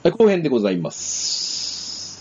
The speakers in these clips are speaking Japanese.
はい、後編でございます。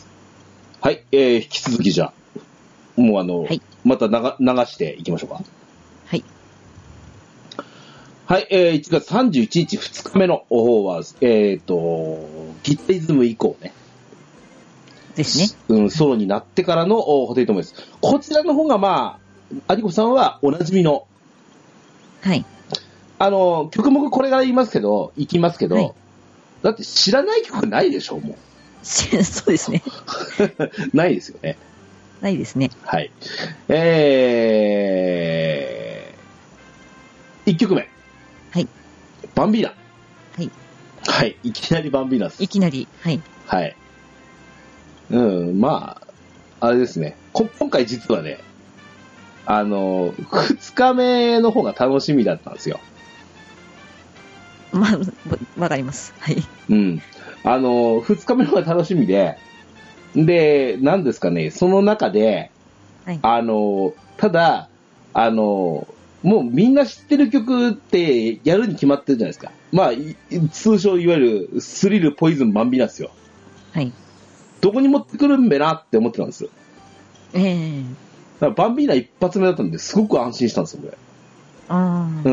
はい、引き続きじゃあ、もうはい、また流していきましょうか。 はい。 はい、1月31日2日目の方は、ギタリズム以降ね。 ですね。 うん、ソロになってからの布袋寅泰です。こちらの方がまあ、有子さんはおなじみの。 はい。 曲目これから言いますけど、はい、だって知らない曲ないでしょ、もう。 そうですね。 ないですよね。 ないですね。 はい。1曲目。 はい。 バンビーナ。 はい。 はい。いきなりバンビーナです。 いきなり。はい。 はい。まあ、あれですね。今回実はね、2日目の方が楽しみだったんですよ。 まあ、わかります。はい。 うん。2日目の方が楽しみで、何ですかね、その中で、 はい、 ただ、もうみんな知ってる曲ってやるに決まってるじゃないですか。まあ、通称いわゆるスリル、ポイズン、バンビーナですよ。 はい。 どこに持ってくるんべなって思ってたんですよ。 だからバンビーナ一発目だったんですごく安心したんですよ、これ。 うん、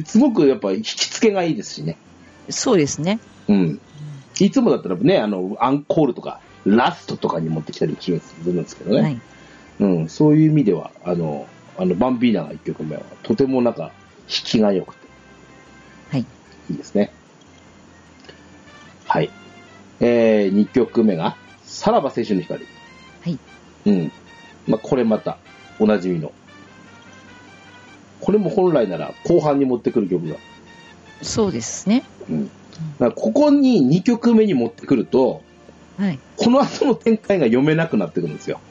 すごくやっぱ引き付けがいいですしね。 そうですね。 うん。いつもだったらね、アンコールとか、ラストとかに持ってきたりするんですけどね。 はい。 うん、そういう意味では、バンビーナが1曲目は、とてもなんか、引きが良くて。 はい。 いいですね。はい。2曲目が、さらば青春の光。 はい。 うん。まあ、これまた、おなじみの。これも本来なら後半に持ってくる曲が。 そうですね。 うん。だからここに2曲目に持ってくると、 はい。 この後の展開が読めなくなってくるんですよ。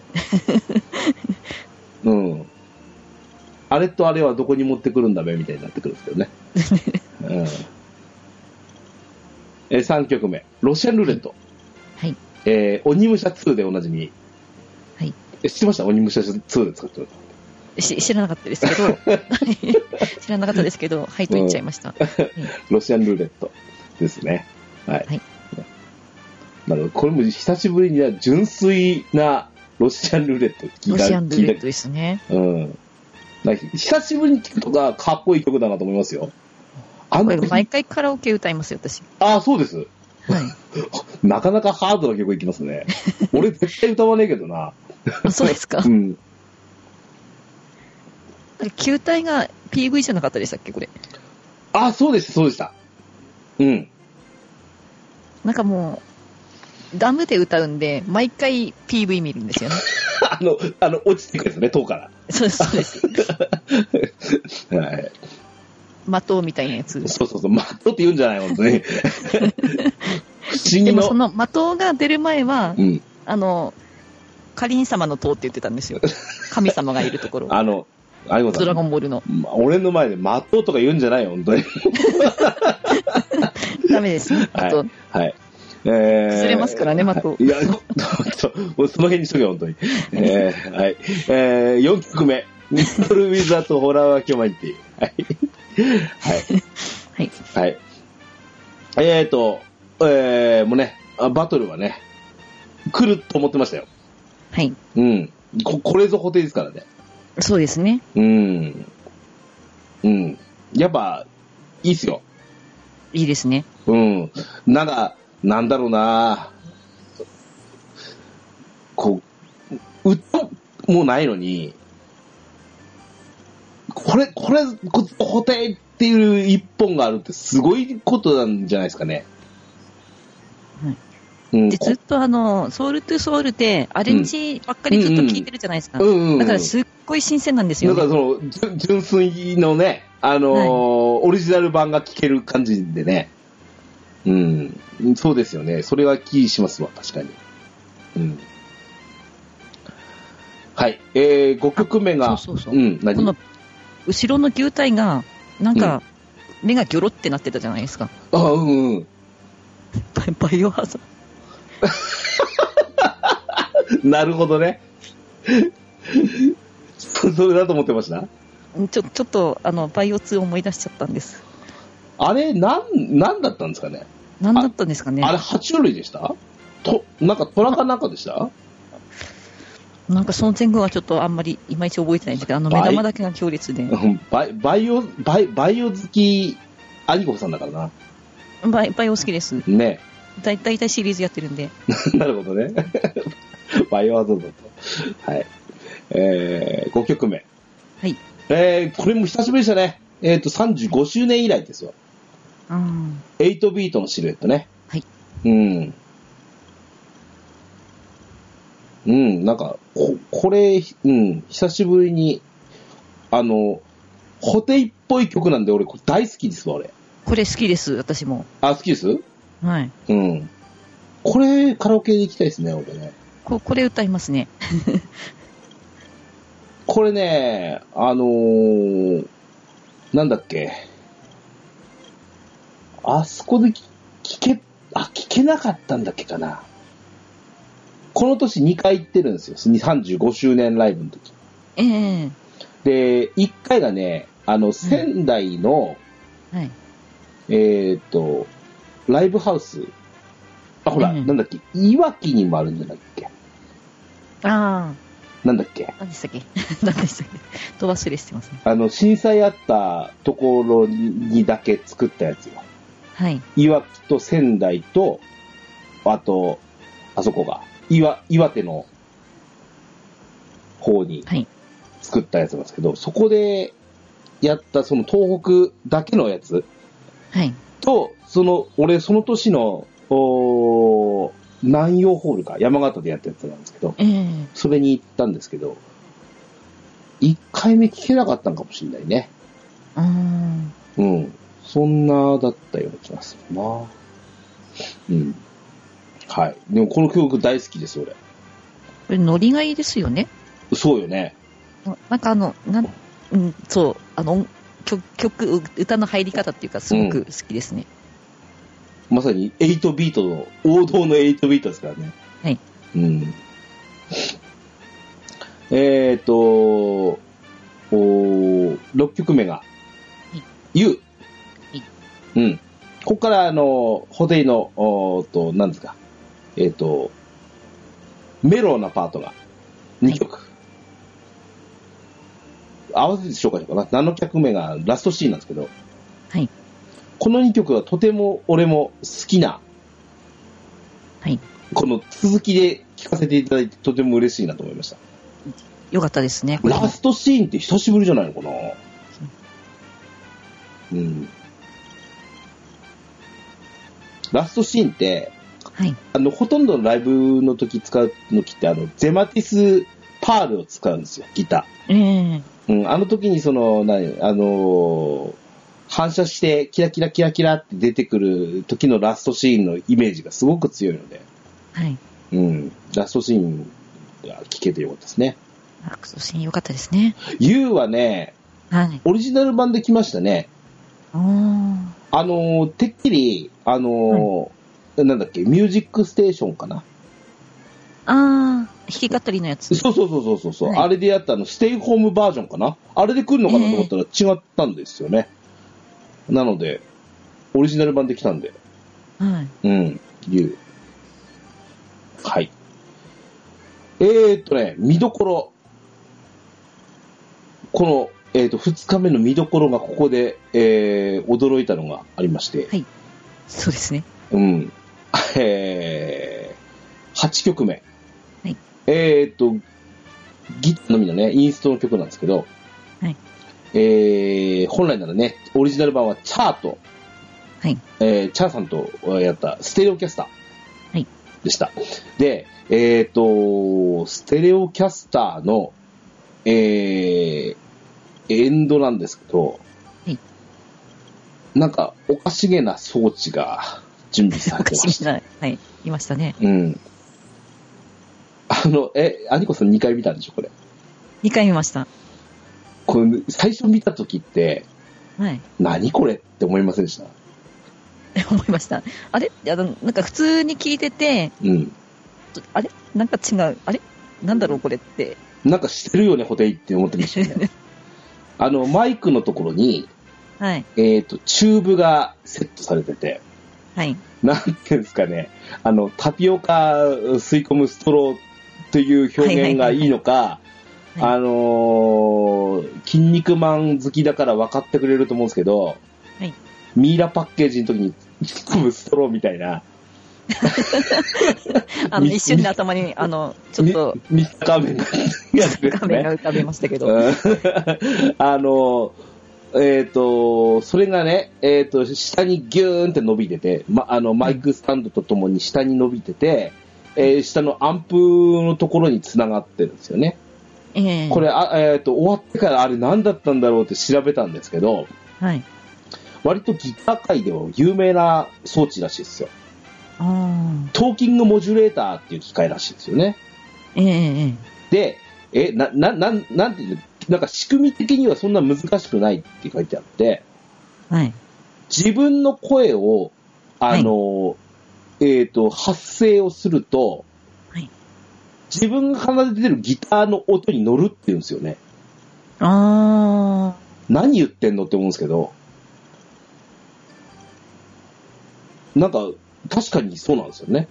うん。あれとあれはどこに持ってくるんだべみたいになってくるんですけどね。うん、3曲目、ロシアンルーレット。 はい。 鬼武者2でおなじみ。 はい。 知ってました？鬼武者2で使ってる。 知らなかったですけど、知らなかったですけど、はいと言っちゃいました。 ロシアンルーレットですね。はい。 はい、 なので、これも久しぶりに純粋なロシアンルーレット聞いた。 ロシアンルーレットですね。 うん。久しぶりに聞くとかかっこいい曲だなと思いますよ。 これ毎回カラオケ歌いますよ、私。 ああ、そうです。はい。なかなかハードな曲いきますね。俺絶対歌わねえけどな。 あ、そうですか。うん。球体が PV じゃなかったでしたっけ、これ。 あ、そうでした、そうでした。うん。 なんかもう、ダムで歌うんで、毎回 PV 見るんですよね。 落ちてくるんですね、塔から。 そうです、そうです。 はい。 的みたいなやつ。 そう、的って言うんじゃない、本当に。不思議の。 でもその的が出る前は、 うん、 カリン様の塔って言ってたんですよ。神様がいるところ。ドラゴンボールの。 俺の前で的とか言うんじゃないよ、本当に。 ダメですね、 はい。はい。 崩れますからね、的。 いや、その辺にしとけよ、本当に。はい。4曲目。リトル・ウィザード・ホラー・ワキョマイティ。はい。はい。はい。もうね、バトルはね、来ると思ってましたよ。 はい。 うん。これぞ補填ですからね。 そうですね。 うん。うん。やっぱ、いいっすよ。 いいですね。 うん。なんだろうな、歌もないのに、これ、補填っていう一本があるってすごいことなんじゃないですかね。 はい。うん、でずっとソウルトゥソウルでアレンジばっかりずっと聴いてるじゃないですか。だからすっごい新鮮なんですよね。 だから純粋のね、はい、オリジナル版が聴ける感じでね。うん。そうですよね。それは気しますわ、確かに。うん。はい。5曲目が、 そう。うん、何？この後ろの牛体が、なんか、目がギョロってなってたじゃないですか。 あ、うん。 バイオハザード。なるほどね。それだと思ってました？ ちょっと、バイオ2を思い出しちゃったんです。 あれ、なんだったんですかね。 何だったんですかね。 あれ、爬虫類でした？なんか虎かなんかでした？ なんかその前後はちょっとあんまりいまいち覚えてないんですけど、目玉だけが強烈で。 バイオ好き、アニコさんだからな。 バイオ好きです。 ね。 だいたいシリーズやってるんで。 なるほどね。バイオハザードと。はい。5曲目。 はい。 これも久しぶりでしたね。35周年以来ですよ。8ビートのシルエットね。 はい。 なんか、これ、久しぶりに、ホテイっぽい曲なんで、俺、これ大好きですわ、俺。 これ好きです、私も。 あ、好きです？ はい。 これ、カラオケで行きたいですね、俺ね。 これ歌いますね。 これね、なんだっけ。あそこで聞けなかったんだっけかな。この年2回行ってるんですよ。35周年ライブの時。で、1回がね、仙台の、 はい。 ライブハウス。ほら、なんだっけ、いわきにもあるんじゃないっけ。なんだっけ。 何でしたっけ何でしたっけと忘れしてますね。震災あったところにだけ作ったやつよ。 はい。 いわきと仙台と、あと、あそこが、岩手の方に作ったやつなんですけど、そこでやったその東北だけのやつ。 はい。 と、俺その年の、南陽ホールか、山形でやったやつなんですけど、それに行ったんですけど、1回目聞けなかったのかもしれないね。そんなだったような気がするな。はい。でもこの曲大好きです、俺。これノリがいいですよね。 そうよね。 なんかそう、歌の入り方っていうかすごく好きですね。 まさに8ビートの、王道の8ビートですからね。 はい。 6曲目が、You。ここからホテイの、何ですか。メローなパートが2曲。合わせて紹介しようかな。7曲目がラストシーンなんですけど。 はい。 この2曲はとても俺も好きな。 はい。 この続きで聴かせていただいてとても嬉しいなと思いました。 よかったですね。 ラストシーンって久しぶりじゃないのかな。ラストシーンって、 はい、 ほとんどのライブの時使うのってゼマティスパールを使うんですよ、ギター。あの時に反射してキラキラキラキラって出てくる時のラストシーンのイメージがすごく強いので、 はい。 ラストシーンが聞けてよかったですね。 ラストシーンよかったですね。 You はね、 はい、 オリジナル版で来ましたね。てっきり、なんだっけ、ミュージックステーションかな。 弾き語りのやつ。 そう、はい、あれでやったステイホームバージョンかな。あれで来るのかなと思ったら違ったんですよね。なので、オリジナル版で来たんで。 はい。 You。はい。見どころ。この、2日目の見どころがここで、驚いたのがありまして。 はい。そうですね。 8曲目。 はい。 ギターのみのね、インストの曲なんですけど、 はい。 本来ならね、オリジナル版はチャーと、 はい。 チャーさんとやったステレオキャスター。 はい。 でした。で、ステレオキャスターの、エンドなんですけど、 はい。 なんか、おかしげな装置が準備されてました。 はい。いましたね。 アニコさん2回見たんでしょ、これ。 2回見ました。 これ、最初見たときって、 はい。 何これって思いませんでした？ 思いました。あれなんか普通に聞いてて、あれなんか違う。あれなんだろうこれって。 なんかしてるよね、ホテイって思ってましたね。マイクのところに、 はい。 チューブがセットされてて、 はい。 なんていうんですかね、タピオカ吸い込むストローっていう表現がいいのか、筋肉マン好きだから分かってくれると思うんですけど、はい、ミイラパッケージの時に突っ込むストローみたいな。 一瞬で頭に、ちょっと。 ミスターカーメンが浮かびましたけど。 それがね、下にギューンって伸びてて、マイクスタンドとともに下に伸びてて、下のアンプのところに繋がってるんですよね。これ、終わってからあれ何だったんだろうって調べたんですけど、はい、割とギター界では有名な装置らしいですよ。トーキングモジュレーターっていう機械らしいですよね。で、なんていうの、なんか仕組み的にはそんな難しくないって書いてあって、はい、自分の声を、はい、発声をすると、はい、自分が奏でてるギターの音に乗るって言うんですよね。何言ってんのって思うんですけど、なんか、確かにそうなんですよね。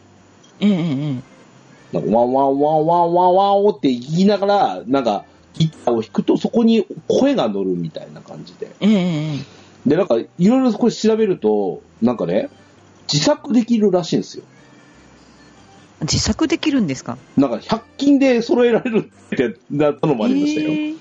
なんかワンワンワンワンワンワンって言いながら、なんかギターを弾くとそこに声が乗るみたいな感じで。で、なんかいろいろこれ調べると、なんかね、自作できるらしいんですよ。 自作できるんですか？ なんか100均で揃えられるってなったのもありましたよ。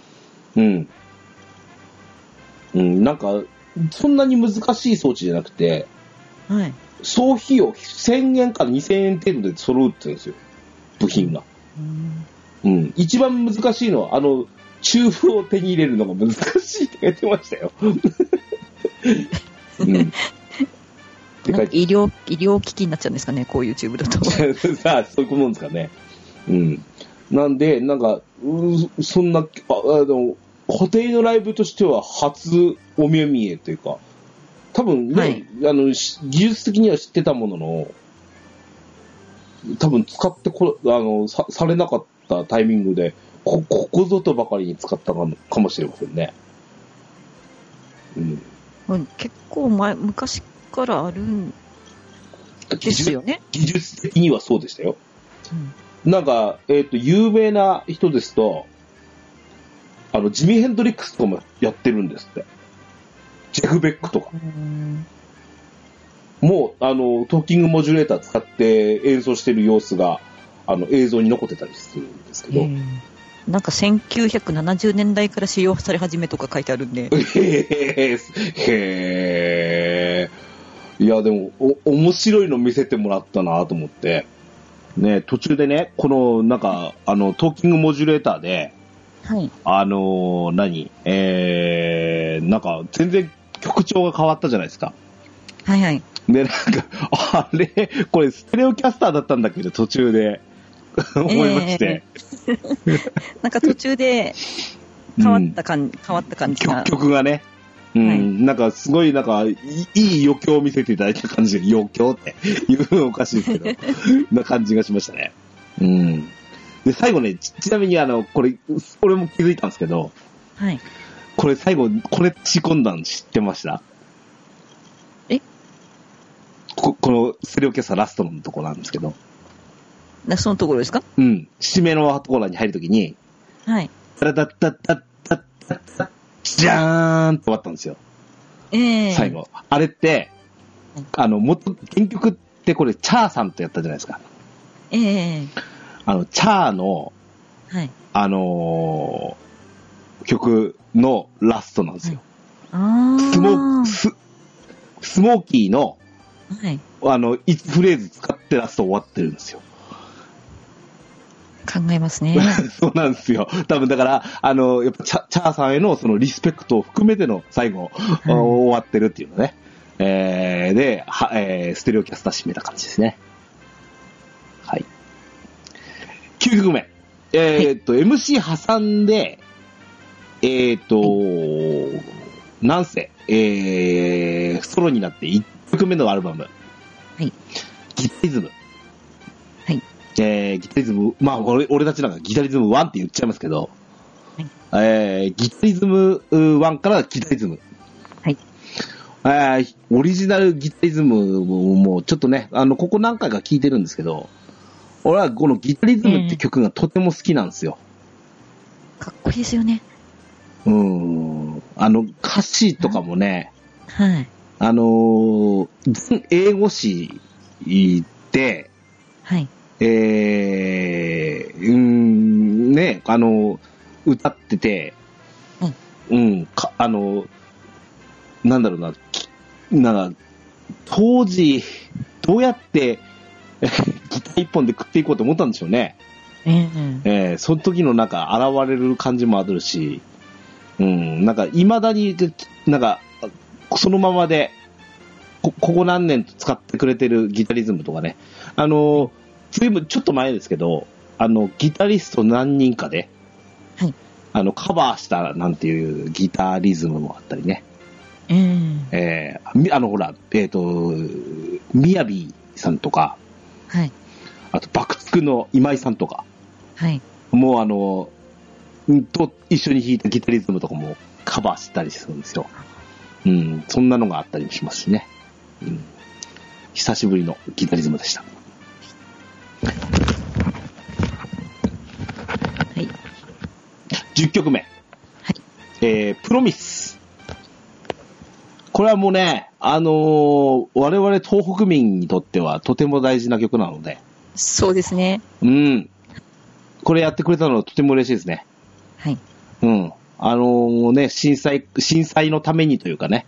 なんか、そんなに難しい装置じゃなくて、はい、総費用1000円から2000円程度で揃うって言うんですよ、部品が。一番難しいのは、チューブを手に入れるのが難しいって言ってましたよ。 医療機器になっちゃうんですかね、こういうチューブだと。 さあ、そういうことなんですかね。なんで、なんか、そんな、固定のライブとしては初お目見えというか、多分ね、はい、技術的には知ってたものの、多分使ってされなかったタイミングで、ここぞとばかりに使ったかもしれませんね。 結構昔からあるんですよね。 技術的にはそうでしたよ。なんか、有名な人ですと、ジミー・ヘンドリックスとかもやってるんですって。ジェフ・ベックとか。もう、トーキングモジュレーター使って演奏してる様子が、映像に残ってたりするんですけど。 なんか1970年代から使用され始めとか書いてあるんで。 いや、でも、面白いの見せてもらったなと思って。ね、途中でね、この、なんか、トーキングモジュレーターで、はい、なんか、全然曲調が変わったじゃないですか。 はいはい。 で、なんか、あれ、これステレオキャスターだったんだけど、途中で、思いまして。 なんか途中で、変わった感じが。 曲がね。はい、なんかすごいなんかいい余興を見せていただいた感じで、余興っていうのおかしいですけどな感じがしましたね。で最後ね、ちなみにこれ俺も気づいたんですけど、はい、これ最後これ仕込んだの知ってました？このステレオキャスターラストのところなんですけど。 ラストのところですか？ 締めのところに入るときに、はい。タラタッタッタッタッタッタッじゃーんって終わったんですよ。最後。あれって、原曲ってこれ、チャーさんとやったじゃないですか。チャーの、はい、曲のラストなんですよ。はい、スモーキーの、はい、1フレーズ使ってラスト終わってるんですよ。 考えますね。 そうなんですよ。多分だから、やっぱチャーさんへのそのリスペクトを含めての最後、終わってるっていうのね。で、ステレオキャスター締めた感じですね。はい。9曲目。MC 挟んで、なんせ、ソロになって1曲目のアルバム。はい。ギタリズム。ギタリズム、まあ俺たちなんかギタリズム1って言っちゃいますけど、はい、ギタリズム1からギタリズム。はい。 オリジナルギタリズムもちょっとね、ここ何回か聴いてるんですけど、俺はこのギタリズムって曲がとても好きなんですよ。 かっこいいですよね。 歌詞とかもね、 はい。 英語詞で、 はい。 ね、歌ってて、なんだろうな、当時、どうやって、ギター一本で食っていこうと思ったんでしょうね。その時の現れる感じもあるし、未だに、そのままで、ここ何年と使ってくれてるギタリズムとかね、随分ちょっと前ですけど、ギタリスト何人かで、 はい、 カバーしたなんていうギタリズムもあったりね。ほら、みやびさんとか、 はい。 あと、爆竹の今井さんとか、 はい。 もうと一緒に弾いたギタリズムとかもカバーしたりするんですよ。そんなのがあったりもしますしね。久しぶりのギタリズムでした。 はい。 10曲目。 はい。 プロミス。これはもうね、我々東北民にとってはとても大事な曲なので。 そうですね。 これやってくれたのはとても嬉しいですね。 はい。 震災のためにというかね、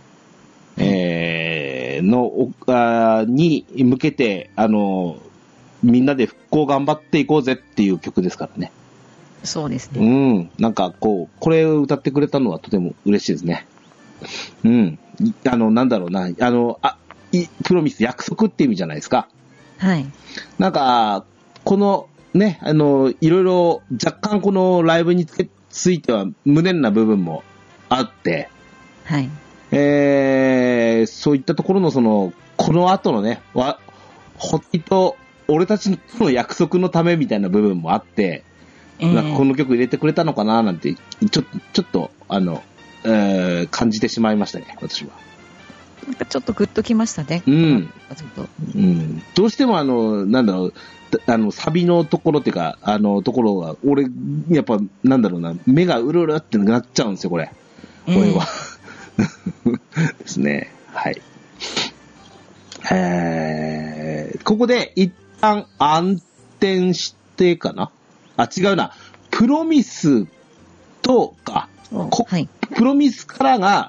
に向けて、みんなで復興頑張っていこうぜっていう曲ですからね。 そうですね。 これを歌ってくれたのはとても嬉しいですね。なんだろうな、プロミス、約束って意味じゃないですか。 はい。 このね、いろいろ若干このライブについては無念な部分もあって、 はい。 そういったところのこの後のね、ホッティと俺たちの約束のためみたいな部分もあって、この曲入れてくれたのかななんて、ちょっと、感じてしまいましたね、私は。 ちょっとグッときましたね。 どうしてもなんだろう、サビのところっていうか、ところは、俺、やっぱ、なんだろうな、目がうるうるってなっちゃうんですよ、これは。ですね。はい。ここで一旦暗転してかな？違うな。プロミスとか、はい、プロミスからが、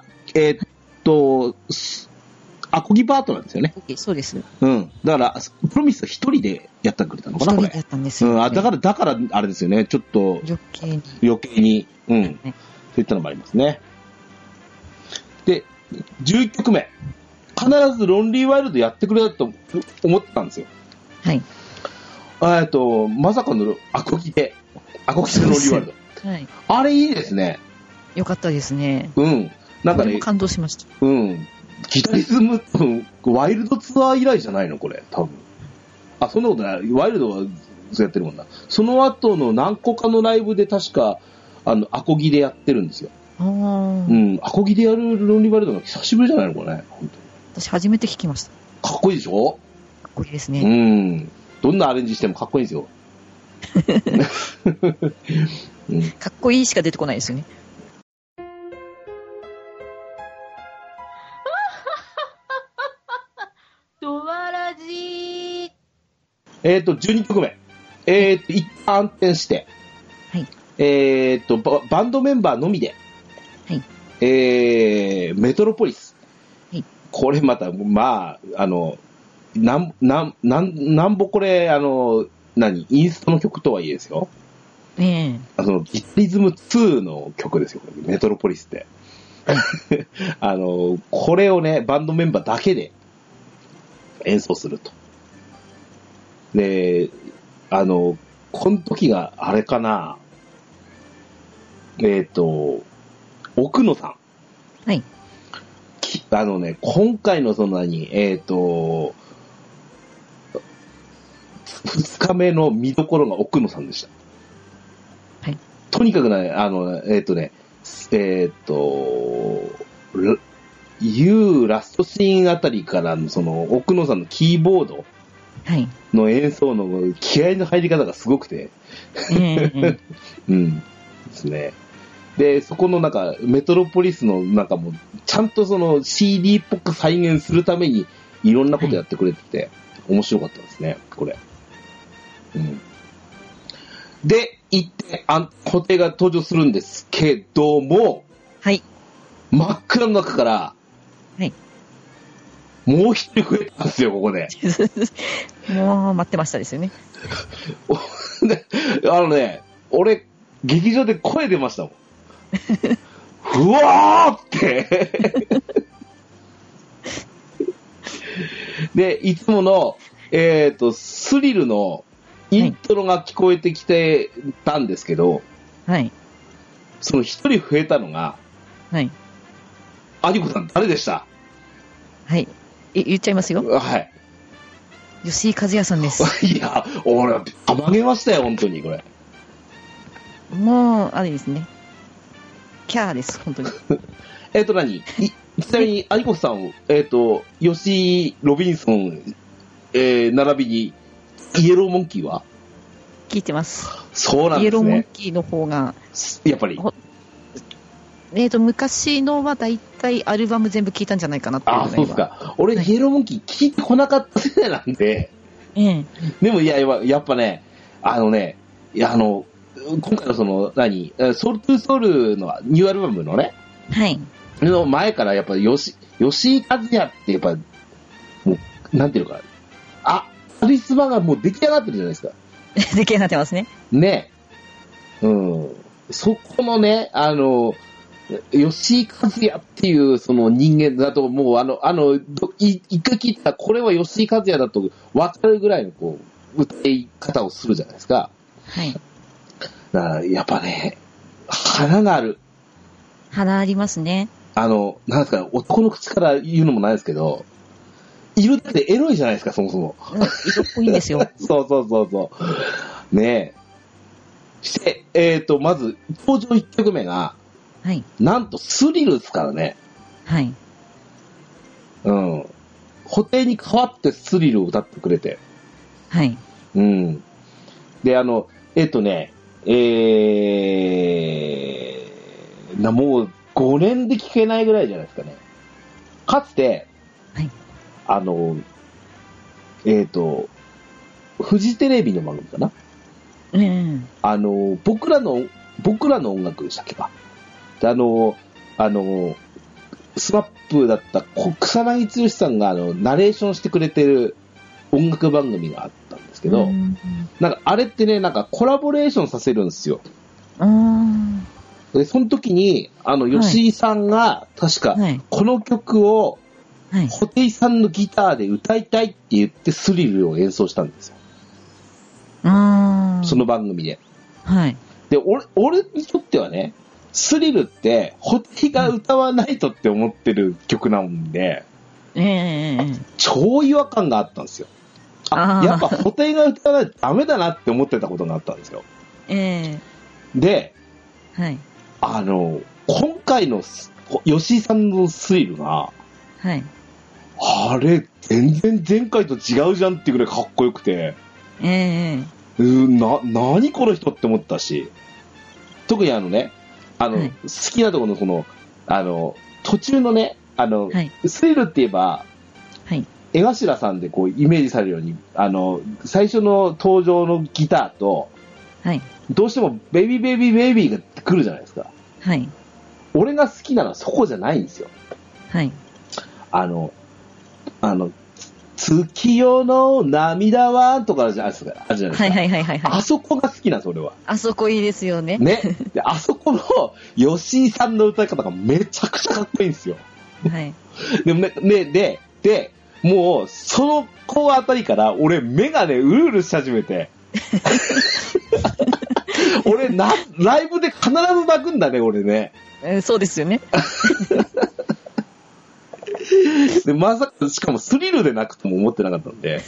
アコギパートなんですよね。 そうです。 だから、プロミスは一人でやってくれたのかな、これ。一人でやったんですよ、 だから、あれですよね。ちょっと、余計に。そういったのもありますね。で、11曲目。必ずロンリーワイルドやってくれたと思ってたんですよ。 はい。 まさかのアコギでロンリーワイルド。はい。あれいいですね。 よかったですね。 なんかね。 感動しました。 ギタリズム、ワイルドツアー以来じゃないのこれ、多分。そんなことない。ワイルドはそうやってるもんな。その後の何個かのライブで確か、アコギでやってるんですよ。アコギでやるロンリーワイルドが久しぶりじゃないのこれね。本当に私初めて聞きました。 かっこいいでしょ？ かっこいいですね。 どんなアレンジしてもかっこいいんですよ。 かっこいいしか出てこないですよね。 ドワラジー。 12曲目。一旦暗転して、 はい。 バンドメンバーのみで、 はい。 メトロポリス。 はい。 これまた、なんぼこれ、インストの曲とはいえですよ。ギタリズム2の曲ですよ、メトロポリスって。これをね、バンドメンバーだけで演奏すると。で、この時があれかな、奥野さん。 はい。 今回の2日目の見どころが奥野さんでした。 はい。 とにかくね、 U ラストシーンあたりからのその奥野さんのキーボードの演奏の気合の入り方がすごくて、うんですね。で、そこのなんかメトロポリスのなんかもうちゃんとその CD っぽく再現するためにいろんなことやってくれてて、面白かったですね、これ。うん。で、一点、布袋が登場するんですけども、 はい。 真っ暗の中から、 はい。 もう一人増えたんですよ、ここで。 もう待ってましたですよね。 俺、劇場で声出ましたもん。ふわーってで、いつもの、スリルのイントロが聞こえてきてたんですけど、 はい。 その一人増えたのが、 はい。 アニコさん誰でした？ はい。言っちゃいますよ。 はい。 吉井和也さんです。 いや、俺、たまげましたよ、本当に、これ。 もう、あれですね。キャーです、本当に。 ちなみに、アニコさん、吉井ロビンソン、並びに、イエローモンキーは聞いてます。 そうなんですね。 イエローモンキーの方が、 やっぱり。 昔のはだいたいアルバム全部聞いたんじゃないかなっていうぐらいは。 そうですか。俺、はい、イエローモンキー聞いてこなかった世代なんで。でも、やっぱね、今回のその、ソウルトゥーソウルのニューアルバムのね、 はい。 の前からやっぱ吉井和也ってやっぱ、もう、なんていうのか、カリスマがもう出来上がってるじゃないですか。 出来上がってますね。 ね。うん。そこのね、吉井和也っていうその人間だと、もう一回聞いたらこれは吉井和也だと分かるぐらいのこう、歌い方をするじゃないですか。 はい。 だからやっぱね、花がある。 花ありますね。 なんですかね、男の口から言うのもないですけど、いるだけでエロいじゃないですか、そもそも。 色っぽいんですよ。 そうねえ。して、まず、登場1曲目が、 はい。 なんとスリルですからね。 はい。 うん。布袋に代わってスリルを歌ってくれて。 はい。 うん。で、もう5年で聴けないぐらいじゃないですかね。かつて、 はい。 フジテレビの番組かな。僕らの音楽でしたっけか。でスマップだった草薙剛さんがナレーションしてくれてる音楽番組があったんですけど、なんかあれってね、なんかコラボレーションさせるんですよ。で、その時に、吉井さんが、確か、この曲を、布袋さんのギターで歌いたいって言ってスリルを演奏したんですよ。その番組で。 はい。 で、俺にとってはね、スリルって、布袋が歌わないとって思ってる曲なんで、超違和感があったんですよ。やっぱ布袋が歌わないとダメだなって思ってたことがあったんですよ。で、 はい。 今回の吉井さんのスリルが、 はい。 あれ、全然前回と違うじゃんっていうぐらいかっこよくて、何この人って思ったし、特にはい、好きなところのこの、途中のね、はい、スリルって言えば、 はい、 江頭さんでこうイメージされるように、最初の登場のギターと、 はい、 どうしてもベイビーベイビーベイビーが来るじゃないですか。 はい。 俺が好きなのはそこじゃないんですよ。 はい。 月夜の涙はとかあるじゃないですか。あそこが好きなんです、俺は。 あそこいいですよね。 ね。で、あそこの吉井さんの歌い方がめちゃくちゃかっこいいんですよ。 はい。 でもね、で、もう、その子あたりから俺目がね、うるうるし始めて。俺ライブで必ず泣くんだね、俺ね。 そうですよね。 でまさか、しかもスリルで泣くとも思ってなかったんで。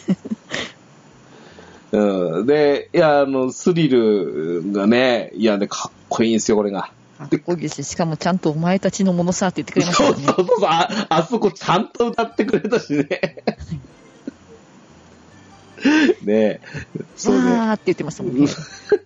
うん。で、いや、スリルがね、いやね、かっこいいんですよ、これが。 かっこいいです。しかもちゃんとお前たちのものさって言ってくれましたよね。 そう、あそこちゃんと歌ってくれたしね。ねえ。 そうね。わーって言ってましたもんね。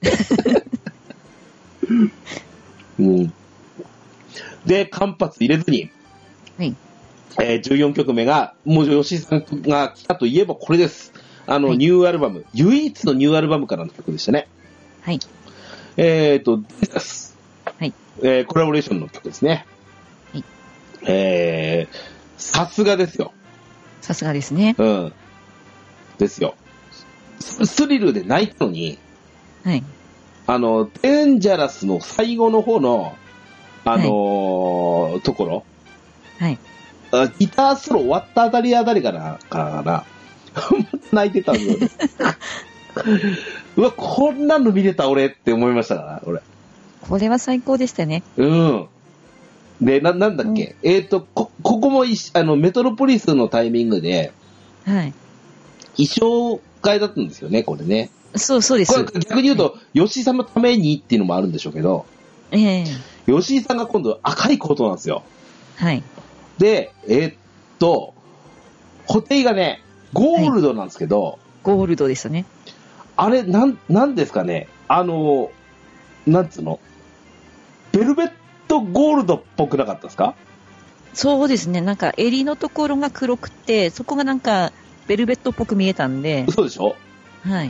うん。で、間髪入れずに、 はい。 14曲目が、もう吉井さんが来たといえばこれです。はい、ニューアルバム、唯一のニューアルバムからの曲でしたね。 はい。 ディスス。 はい。 コラボレーションの曲ですね。 はい。 さすがですよ。 さすがですね。 うん。ですよ。スリルで泣いたのに、 はい。 デンジャラスの最後の方の、ところ。 はい。 ギターソロ終わったあたりかな。泣いてたんですよね。うわ、こんなの見れた俺って思いましたから、俺。 これは最高でしたね。 うん。で、なんだっけ、ここもメトロポリスのタイミングで、 はい。 衣装替えだったんですよね、これね。 そうです。 これ逆に言うと、吉井さんのためにっていうのもあるんでしょうけど、吉井さんが今度赤いコートなんですよ。 はい。 で、補定がね、ゴールドなんですけど、はい、 ゴールドでしたね。 あれ、なんですかね、なんつうの、ベルベットゴールドっぽくなかったですか？ そうですね、なんか襟のところが黒くて、そこがなんかベルベットっぽく見えたんで。 そうでしょ？ はい。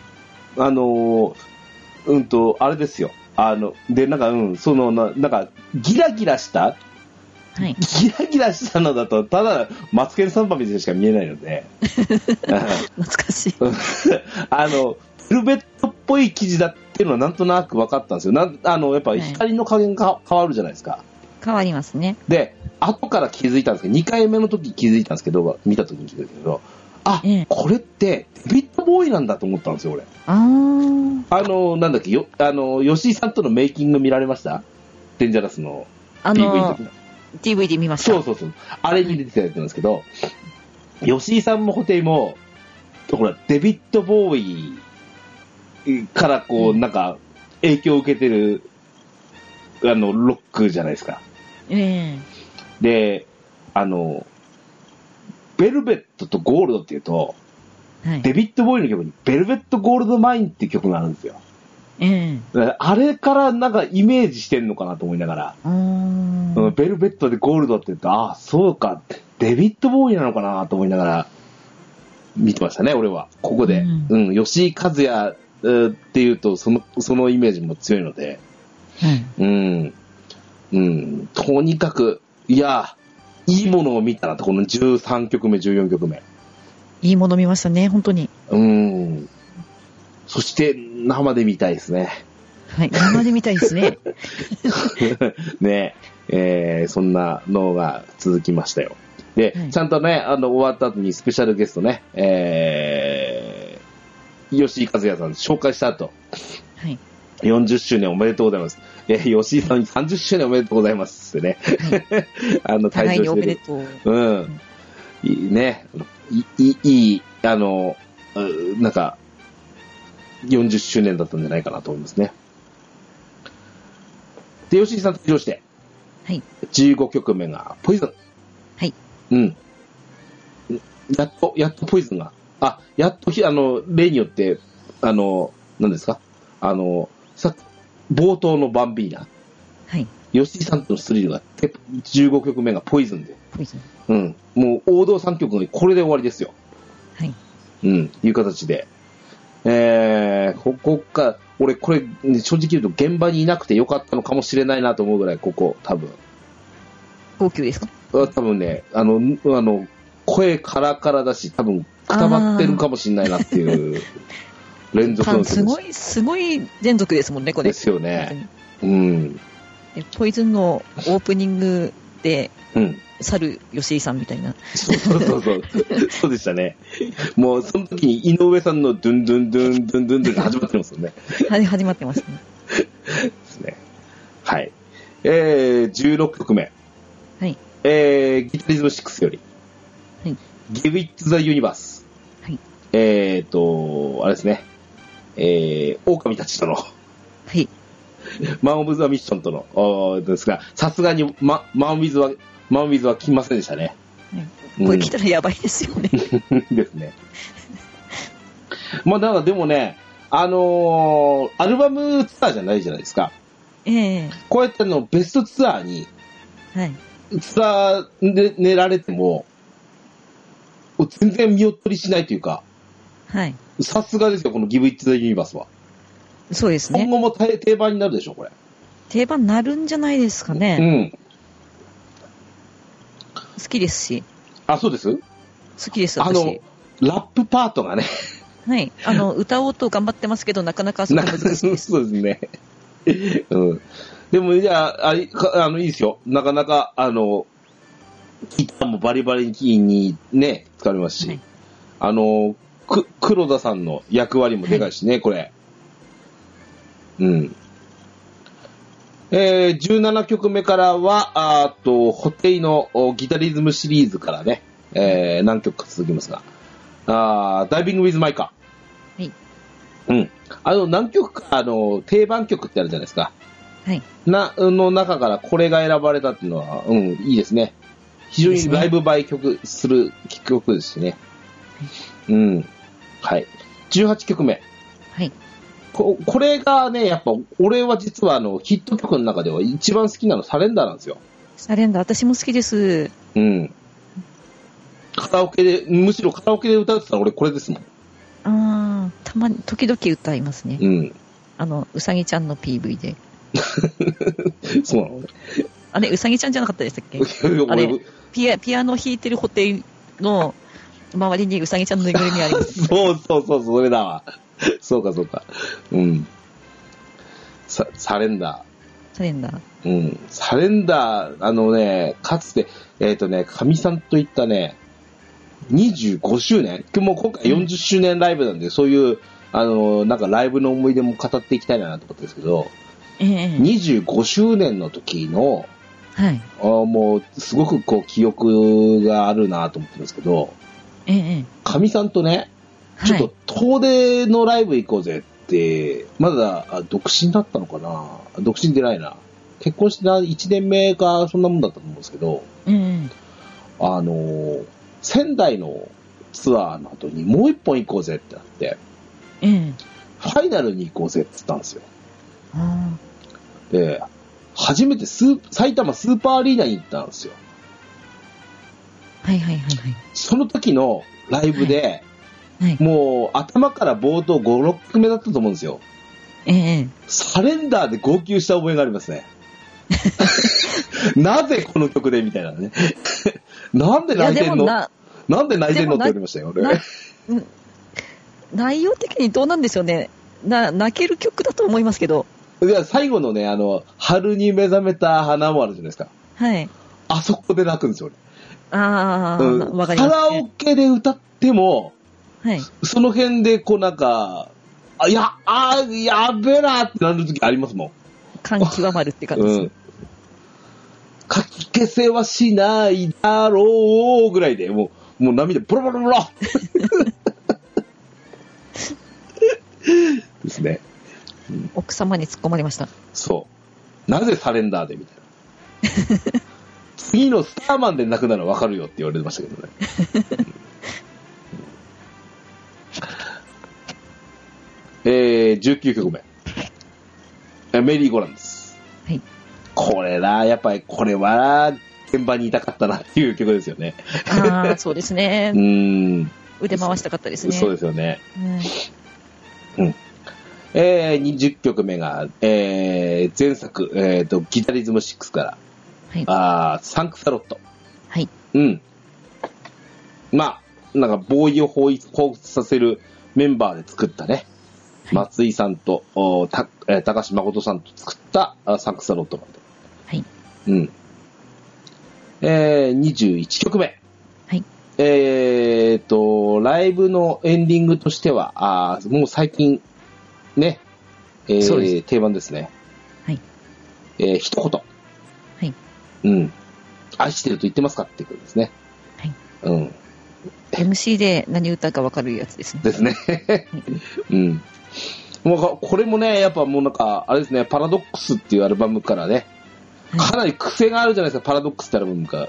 あれですよ。で、なんか、なんか、ギラギラした、 はい、 ギラギラしたのだと、ただ、マツケンサンバみたいにしか見えないので。 懐かしい。 ベルベットっぽい生地だっていうのはなんとなく分かったんですよ。やっぱ光の加減が変わるじゃないですか。 変わりますね。 で、後から気づいたんですけど、2回目の時気づいたんですけど、見た時に気づいたけど、これってデビッド・ボーイなんだと思ったんですよ、俺。なんだっけ、吉井さんとのメイキング見られました？デンジャラスの DVD 的な。DVD 見ました。 そう。あれに出てたやつなんですけど、吉井さんもホテイも、ほら、デビッド・ボーイからなんか、影響を受けてる、ロックじゃないですか。で、ベルベットとゴールドっていうと、はい、デビッド・ボーイの曲にベルベット・ゴールド・マインっていう曲があるんですよ。あれからなんかイメージしてんのかなと思いながら、ベルベットでゴールドって言うと、そうか、デビッド・ボーイなのかなと思いながら見てましたね、俺は。ここで。吉井和也っていうと、そのイメージも強いので、とにかく、いいものを見たなと、この13曲目、14曲目。 いいもの見ましたね、本当に。 そして、生で見たいですね。 はい、生で見たいですね。 ねそんなのが続きましたよ。で、ちゃんとね、終わった後にスペシャルゲストね、吉井和也さん紹介した後、はい。40周年おめでとうございます。吉井さんに30周年おめでとうございますってね。 はい、互いにおめでとう。 いいね。いい、なんか、40周年だったんじゃないかなと思いますね。で、吉井さん登場して、 はい。 15曲目が、ポイズン。 はい。 やっとポイズンが、やっと例によって、何ですか冒頭のバンビーナ。 はい。 吉井さんとのスリルがあって、15曲目がポイズンで。 ポイズン。 もう王道3曲にこれで終わりですよ。 はい。 いう形で。ここか、俺これ、正直言うと現場にいなくてよかったのかもしれないなと思うぐらい、ここ、多分。 号泣ですか？ 多分ね、声カラカラだし、多分、くたばってるかもしれないなっていう。連続のすごい連続ですもんね、これ。 ですよね。 ポイズンのオープニングで、猿吉井さんみたいな。 そうでしたね。もうその時に井上さんのドゥンドゥンドゥンドゥンドゥンドゥンが始まってますよね。 始まってますね。 ですね。はい。16曲目。 はい。 ギタリズム6より。 はい。 Give It the Universe。 はい。 あれですね。狼たちとの。 はい。 マン・オブ・ザ・ミッションとの、ですが、さすがに、マン・ウィズは来ませんでしたね。 これ来たらやばいですよね。 ですね。まあ、だからでもね、アルバムツアーじゃないじゃないですか。こうやってベストツアーに、 はい。 ツアーで寝られても、全然見劣りしないというか、 はい。 さすがですよ、このギブ・イッツ・ザ・ユニバースは。 そうですね。 今後も定番になるでしょ、これ。 定番になるんじゃないですかね。 うん。 好きですし。 あ、そうです？ 好きです、私。 ラップパートがね。 はい。歌おうと頑張ってますけど、なかなかそこ難しいです。 そうですね。うん。でも、いや、いいですよ。なかなか、ギターもバリバリにね、使われますし。はい、黒田さんの役割もでかいしね、はい、これ。うん。17曲目からは、ホテイのギタリズムシリーズからね、何曲か続きますが、ダイビングウィズマイカー。はい。うん。何曲か、定番曲ってあるじゃないですか。 はい。 の中からこれが選ばれたっていうのは、うん、いいですね。非常にライブ映えする曲ですしね。うん。はい。18曲目。 はい。 これがね、やっぱ、俺は実はヒット曲の中では一番好きなのサレンダーなんですよ。 サレンダー、私も好きです。 うん。むしろカラオケで歌うって言ったら俺これですもん。 時々歌いますね。 うん。 うさぎちゃんの PV で。 そうなのね。 あれ、うさぎちゃんじゃなかったでしたっけ？あれ、ピアノ弾いてるホテイの周りにうさぎちゃんのぬいぐるみあります。 そう、それだわ。そうか。うん。サレンダー。 サレンダー。 うん。サレンダー、かつて、かみさんといったね、25周年もう今回40周年ライブなんで、そういう、なんかライブの思い出も語っていきたいなと思ったんですけど、25周年の時の、 はい。 もう、すごく記憶があるなと思ってるんですけど、かみさんとね、ちょっと遠出のライブ行こうぜって、まだ独身だったのかな？独身でないな。結婚して1年目かそんなもんだったと思うんですけど、仙台のツアーの後にもう一本行こうぜってなって、ファイナルに行こうぜって言ったんですよ。で、初めて埼玉スーパーアリーナに行ったんですよ。 はい。 その時のライブで、もう頭から冒頭5、6曲目だったと思うんですよ。サレンダーで号泣した覚えがありますね。なぜこの曲でみたいなね。なんで泣いてんのなんで泣いてんのって言われましたよ、俺。 内容的にどうなんでしょうね。泣ける曲だと思いますけど。 いや、最後のね、春に目覚めた花もあるじゃないですか。 はい。 あそこで泣くんですよ、 俺。わかります、ね。 カラオケで歌っても、 はい。その辺で、なんか、やべえなってなる時ありますもん。 感極まるって感じです。 かき消せはしないだろうぐらいで、もう涙ボロボロボロですね。 奥様に突っ込まれました。 そう。なぜサレンダーでみたいな。次のスターマンで泣くならわかるよって言われてましたけどね。19曲目。メリーゴーランドです。 はい。 これは現場にいたかったなっていう曲ですよね。 そうですね。腕回したかったですね。 そうですよね。20曲目が、前作、ギタリズム6から、サンクサロット。 はい。 まあ、なんか、ボーイを彷彿させるメンバーで作ったね、松井さんと、高橋誠さんと作ったサンクサロットなんで。 はい。 21曲目。 はい。 ライブのエンディングとしては、もう最近、ね、定番ですね。 はい。 一言。 はい。 愛してると言ってますかっていうことですね。 はい。MC で何歌か分かるやつですね。 ですね。 もうこれもね、やっぱもうなんか、あれですね、パラドックスっていうアルバムからね、かなり癖があるじゃないですか、パラドックスってアルバムからって。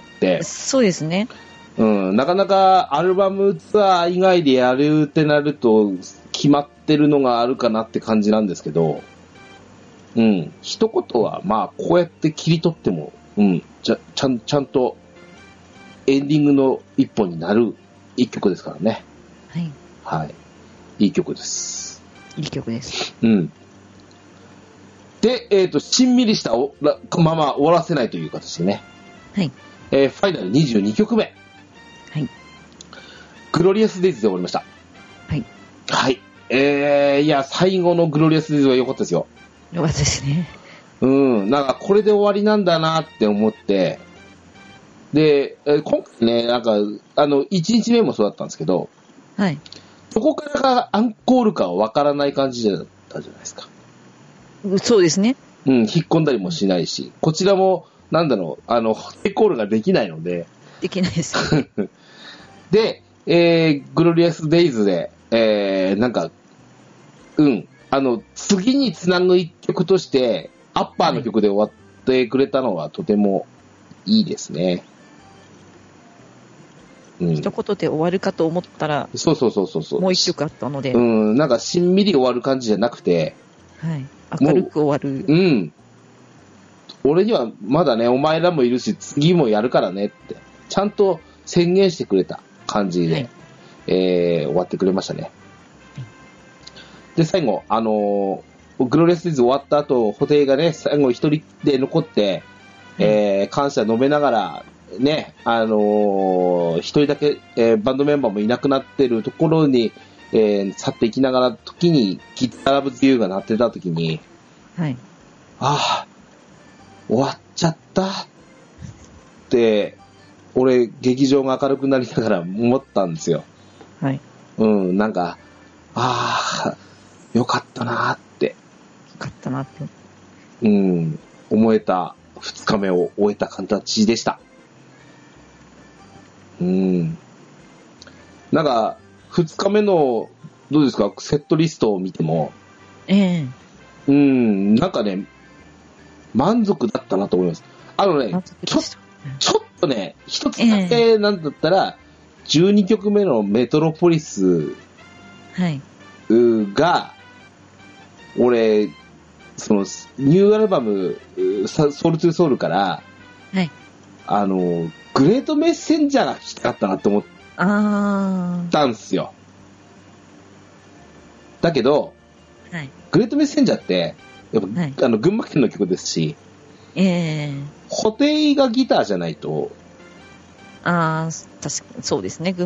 そうですね。 うん、なかなかアルバムツアー以外でやるってなると、決まってるのがあるかなって感じなんですけど、うん、一言は、まあ、こうやって切り取っても、うん、ちゃんとエンディングの一本になる一曲ですからね。 はい。 はい。いい曲です。 いい曲です。 うん。で、しんみりしたまま終わらせないという形でね。 はい。 ファイナル22曲目。 はい。 グロリアスデイズで終わりました。 はい。 はい。いや、最後のグロリアスデイズは良かったですよ。 良かったですね。 うん。なんか、これで終わりなんだなって思って、で、今回ね、なんか、1日目もそうだったんですけど、 はい。 そこからがアンコールかはわからない感じだったじゃないですか。 そうですね。 うん、引っ込んだりもしないし、こちらも、なんだろう、エコールができないので。 できないです。 で、グロリアスデイズで、なんか、うん、次につなぐ一曲として、アッパーの曲で終わってくれたのはとてもいいですね。 うん、一言で終わるかと思ったら、 そう。 もう一曲あったので。 うん、なんかしんみり終わる感じじゃなくて、 はい。明るく終わる。 うん。俺にはまだね、お前らもいるし、次もやるからねって、ちゃんと宣言してくれた感じで、はい、終わってくれましたね。はい、で、最後、グロリアスデイズ終わった後、布袋がね、最後一人で残って、感謝述べながら、ね、一人だけ、バンドメンバーもいなくなってるところに、去っていきながら時にギターラブズユーが鳴ってた時に、 はい。 ああ、終わっちゃったって、俺、劇場が明るくなりながら思ったんですよ。 はい。 うん、なんか、ああ、よかったなって。よかったなって。 うん、思えた2日目を終えた形でした。うん。なんか、2日目の、どうですか、セットリストを見ても、なんかね、満足だったなと思います。ちょっとね、一つだけなんだったら、12曲目のメトロポリスが、俺、その、ニューアルバム、ソウルトゥソウルから、 はい、 グレートメッセンジャーが聴きたかったなって思ったんですよ。だけど、 はい、 グレートメッセンジャーって、やっぱ、はい、群馬県の曲ですし、布袋がギターじゃないと、 確かにそうですね、 うん、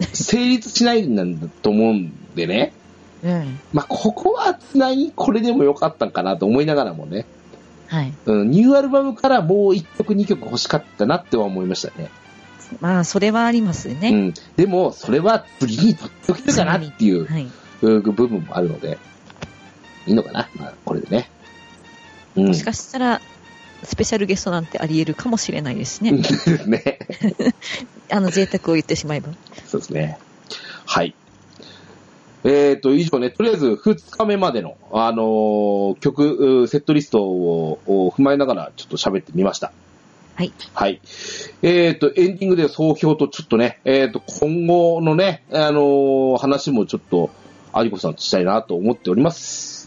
成立しないんだと思うんでね。まあ、ここはつなぎこれでもよかったんかなと思いながらもね。 はい。 ニューアルバムからもう1曲2曲欲しかったなっては思いましたね。 まあ、それはありますね。 でも、それは次に取っておきたいかなっていう、部分もあるので、いいのかな、まあ、これでね。 もしかしたら、スペシャルゲストなんてあり得るかもしれないですね。 ですね。 贅沢を言ってしまえば。 そうですね。はい。以上ね、とりあえず2日目までの、曲、セットリストを踏まえながらちょっと喋ってみました。 はい。 はい。エンディングで総評とちょっとね、今後のね、話もちょっと、有子さんとしたいなと思っております。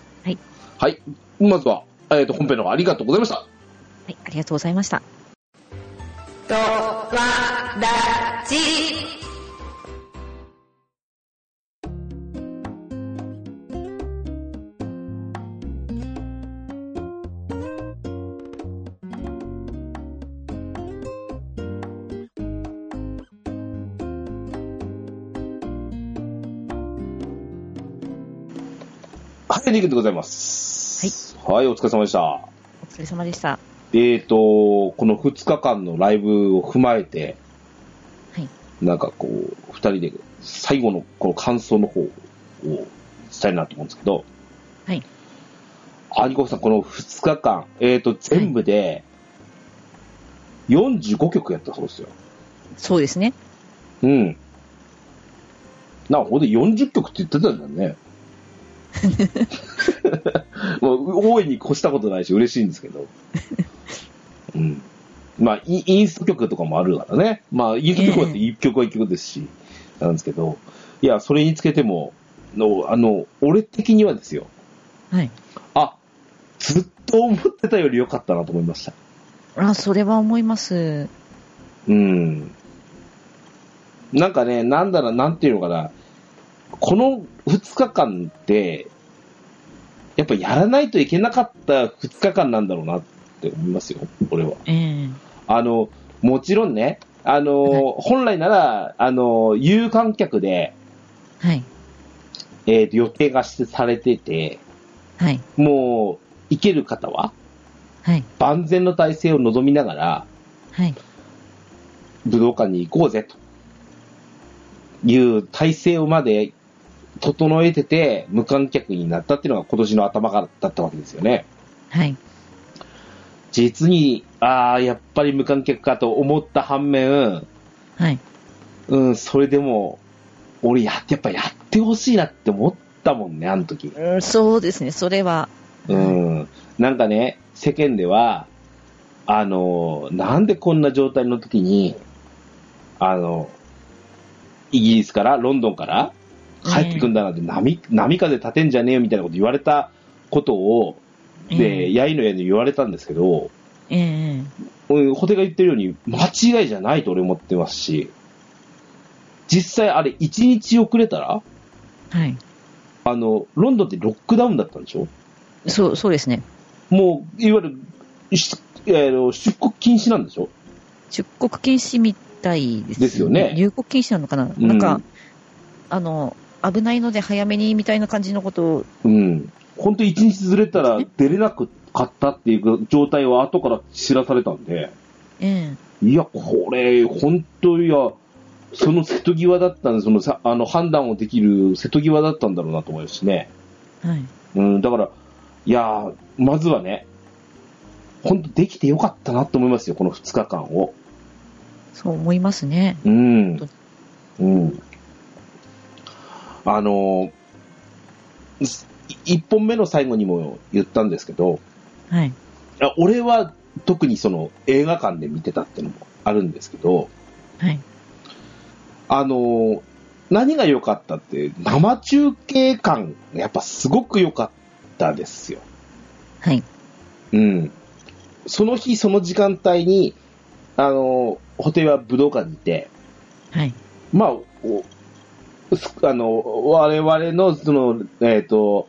はい。 はい。まずは、本編の方ありがとうございました。 はい、ありがとうございました。 とわらじ。 はい、エンディングでございます。はい。はい、お疲れ様でした。 お疲れ様でした。 この2日間のライブを踏まえて、 はい。 なんかこう、2人で最後のこの感想の方をしたいなと思うんですけど、 はい。 有子さん、この2日間、全部で45曲やったそうですよ。 そうですね。 うん。ほんで40曲って言ってたんだよね。 もう大いに越したことないし嬉しいんですけど。うん。まあ、インスト曲とかもあるからね。まあ、インスト曲は一曲は一曲ですし、なんですけど、いや、それにつけても、俺的にはですよ。 はい。 ずっと思ってたより良かったなと思いました。 それは思います。 うん。なんかね、なんていうのかな。この2日間って、やっぱやらないといけなかった2日間なんだろうなって思いますよ、俺は。もちろんね、はい、本来なら、有観客で、 はい。 予定がされてて、 はい。 もう、行ける方は、 はい。 万全の体制を望みながら、 はい。 武道館に行こうぜ、という体制をまで整えてて、無観客になったっていうのが今年の頭からだったわけですよね。 はい。 実に、やっぱり無観客かと思った反面、 はい。 それでも、俺やっぱやってほしいなって思ったもんね、あの時。 そうですね、それは。 なんかね、世間では、なんでこんな状態の時に、イギリスから、ロンドンから帰ってくんだなんて波風立てんじゃねえよみたいなこと言われたことを、で、やいのやいの言われたんですけど、ホテが言ってるように間違いじゃないと俺思ってますし、実際あれ1日遅れたら、 はい。 ロンドンってロックダウンだったんでしょ？ そうですね。もう、いわゆる、出国禁止なんでしょ？ 出国禁止みたいです。 ですよね。 入国禁止なのかな、なんか、危ないので早めにみたいな感じのことを。 本当に1日ずれたら出れなかったっていう状態を後から知らされたんで、いや、これ、本当いや、その瀬戸際だったんで、判断をできる瀬戸際だったんだろうなと思いますしね。 はい。 だから、いや、まずはね、本当できてよかったなと思いますよ、この2日間を。 そう思いますね。 1本目の最後にも言ったんですけど、 はい。 俺は特にその映画館で見てたっていうのもあるんですけど、 はい。 何が良かったって、生中継感がやっぱすごく良かったですよ。 はい。 その日その時間帯に、ホテルは武道館にいて、 はい。 まあ、我々のその、オーデ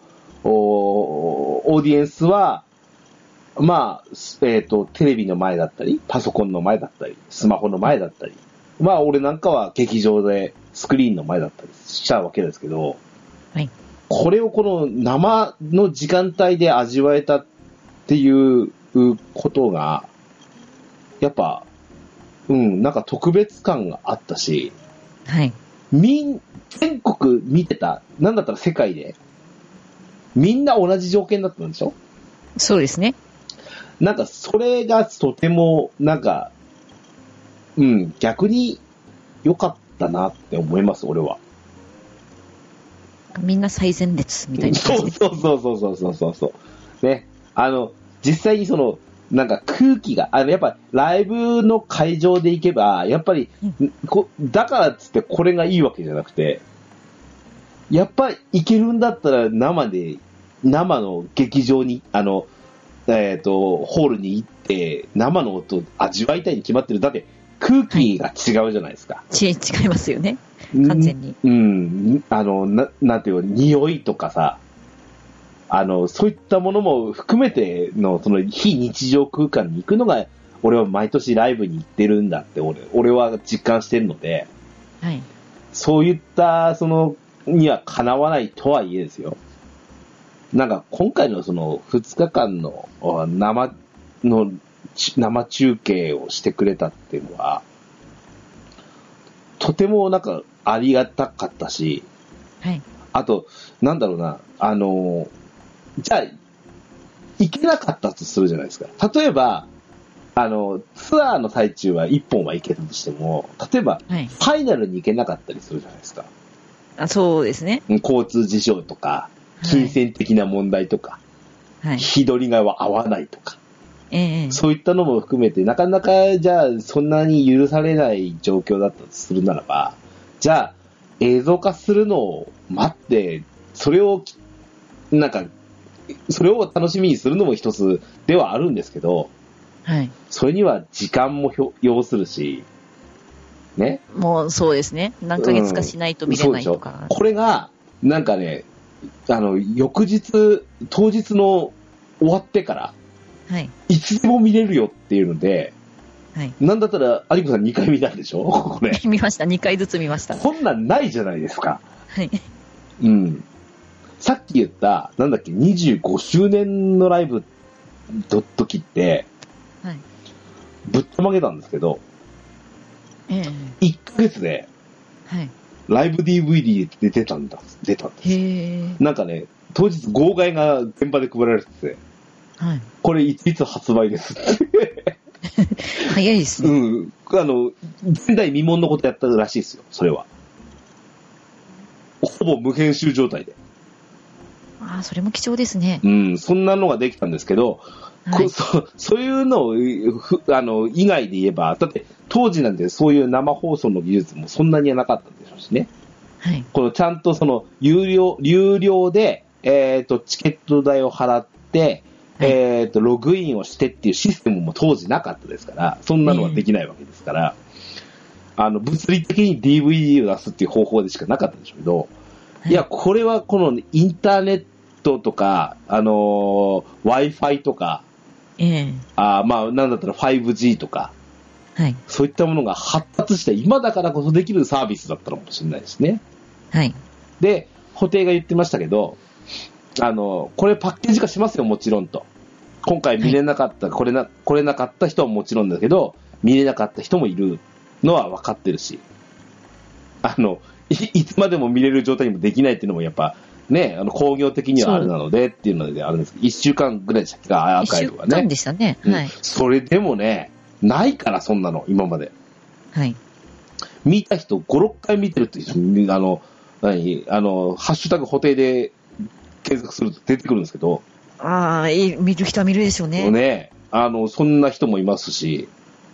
ィエンスは、まあ、テレビの前だったり、パソコンの前だったり、スマホの前だったり、まあ、俺なんかは劇場でスクリーンの前だったりしちゃうわけですけど、 はい。 これをこの生の時間帯で味わえたっていうことが、やっぱ、なんか特別感があったし、 はい。 全国見てた、なんだったら世界で、みんな同じ条件だったんでしょ？ そうですね。 なんかそれがとても、なんか、逆に良かったなって思います、俺は。 みんな最前列みたいな感じで。 そう。ね。実際にその、なんか空気が、やっぱライブの会場で行けば、やっぱり、だからっつってこれがいいわけじゃなくて、やっぱり行けるんだったら生の劇場に、ホールに行って、生の音を味わいたいに決まってる。だって空気が違うじゃないですか。 違いますよね。完全に。 なんていうの、匂いとかさ、そういったものも含めての、その非日常空間に行くのが、俺は毎年ライブに行ってるんだって、俺は実感してるので、 はい。 そういった、にはかなわないとはいえですよ。なんか、今回のその2日間の生中継をしてくれたっていうのは、とてもなんかありがたかったし、 はい。 あと、なんだろうな、じゃあ、行けなかったとするじゃないですか。例えば、ツアーの最中は1本は行けたとしても、例えば、ファイナルに行けなかったりするじゃないですか。 そうですね。 交通事情とか、 金銭的な問題とか、はい、日取りが合わないとか、そういったのも含めて、なかなかじゃあそんなに許されない状況だったとするならば、じゃあ映像化するのを待って、それを楽しみにするのも一つではあるんですけど、はい、それには時間も要するし、ね。 もうそうですね。何ヶ月かしないと見れないとか。 そうでしょ。これが、なんかね、翌日、当日の終わってから、はい、いつでも見れるよっていうので、はい、なんだったら、有子さん2回見たんでしょこれ。 見ました。2回ずつ見ました。 こんなんないじゃないですか。 はい。 うん。さっき言った、なんだっけ、25周年のライブの時って、はい、ぶっとまげたんですけど、1ヶ月で、はい、ライブ DVD で出たんです。なんかね、当日号外が現場で配られてて、はい、これいつ発売ですって早いですね。 うん。前代未聞のことやったらしいですよ、それは。ほぼ無編集状態で。 ああ、それも貴重ですね。 うん、そんなのができたんですけど、はい、そういうのを以外で言えば、だって当時なんてそういう生放送の技術もそんなにはなかったんでしょうしね。はい、このちゃんとその有料で、チケット代を払って、はい、ログインをしてっていうシステムも当時なかったですから、そんなのはできないわけですから、物理的に DVD を出すっていう方法でしかなかったんでしょうけど、はい、いや、これはこのインターネットとか、Wi-Fi とか、まあ、なんだったら 5G とか、はい、そういったものが発達した今だからこそできるサービスだったのかもしれないですね。はい。で、布袋が言ってましたけど、これパッケージ化しますよ、もちろんと。今回見れなかった、はい、来れなかった人はもちろんだけど、見れなかった人もいるのは分かってるし、いつまでも見れる状態にもできないっていうのもやっぱ、ね、工業的にはあれなのでっていうのであるんですけど、1週間ぐらいでしたっけか、アーカイブはね。1週間でしたね。はい。 それでもね、ないから、そんなの、今まで。はい。見た人、5、6回見てるって人、ハッシュタグ補定で検索すると出てくるんですけど。 ああ、見る人は見るでしょうね。 ね、そんな人もいますし、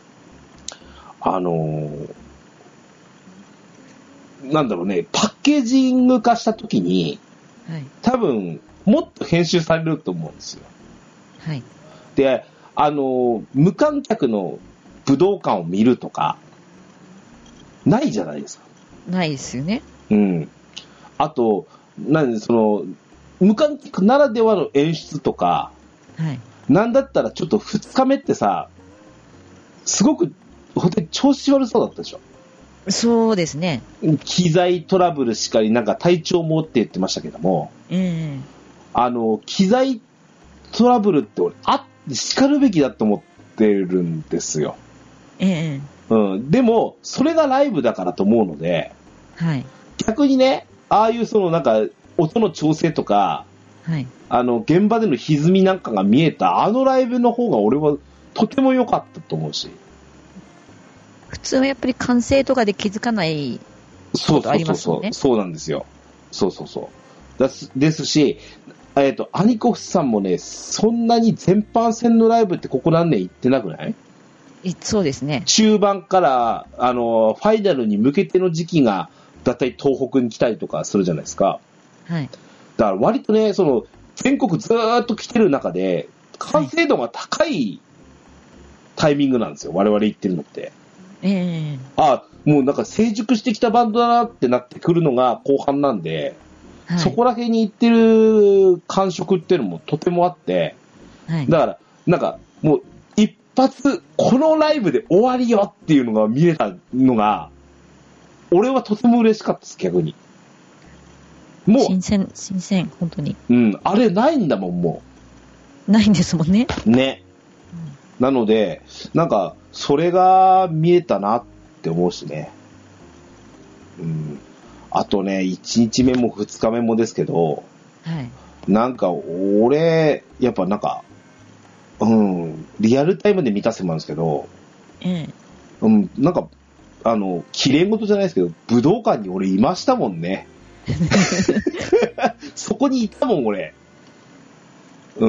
なんだろうね、パッケージング化したときに、はい、多分、もっと編集されると思うんですよ。はい。で、無観客の武道館を見るとか、ないじゃないですか。 ないですよね。 うん。あと、無観客ならではの演出とか、はい。なんだったらちょっと2日目ってさ、すごく、本当に調子悪そうだったでしょ。 そうですね。 機材トラブルしかり、なんか体調もって言ってましたけども、機材トラブルって俺、叱るべきだと思ってるんですよ。うん。でも、それがライブだからと思うので、はい。逆にね、ああいうなんか、音の調整とか、はい。現場での歪みなんかが見えた、ライブの方が俺はとても良かったと思うし。 普通はやっぱり完成とかで気づかないことありますよね。 そうなんですよ。そうですし、アニコフさんもね、そんなに全般戦のライブってここ何年行ってなくない？ そうですね。 中盤から、ファイナルに向けての時期が、だいたい東北に来たりとかするじゃないですか。はい。だから割とね、全国ずーっと来てる中で、完成度が高いタイミングなんですよ。我々行ってるのって。もうなんか成熟してきたバンドだなってなってくるのが後半なんで、はい、そこら辺に行ってる感触っていうのもとてもあって、はい、だからなんかもう一発このライブで終わりよっていうのが見れたのが俺はとても嬉しかったです。逆にもう新鮮本当に、 うん、あれないんだもん。もうないんですもんね。 なのでなんかそれが見えたなって思うしね。うん。あとね、1日目も2日目もですけど、はい。なんか俺やっぱなんかリアルタイムで見たせもあるんですけど、なんか綺麗事じゃないですけど武道館に俺いましたもんね。 そこにいたもん、俺。うん。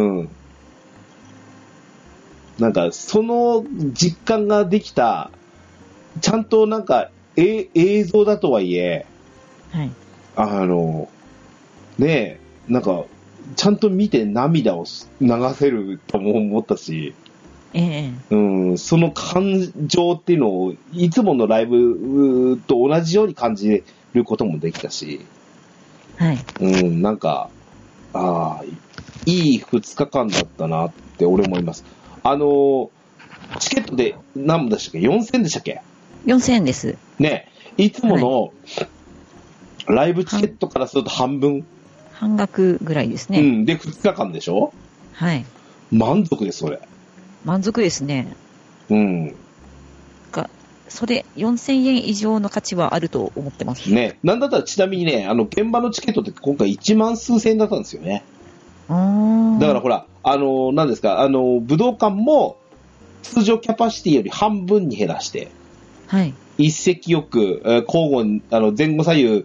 なんか、その実感ができた、ちゃんとなんか、映像だとはいえ、 はい。 ねえ、なんか、ちゃんと見て涙を流せるとも思ったし、その感情っていうのを、いつものライブと同じように感じることもできたし、 はい。 なんか、いい2日間だったなって俺思います。チケットで何本でしたっけ ?4000 円でしたっけ ?4000 円です。 ね、いつものライブチケットからすると半分。 半額ぐらいですね。 で、2日間でしょ？ はい。 満足です、それ。 満足ですね。それ、4000円以上の価値はあると思ってます。 ね。なんだったらちなみにね、現場のチケットって今回1万数千円だったんですよね。だからほら、何ですか、武道館も通常キャパシティより半分に減らして、 はい。 一席よく、交互に、前後左右、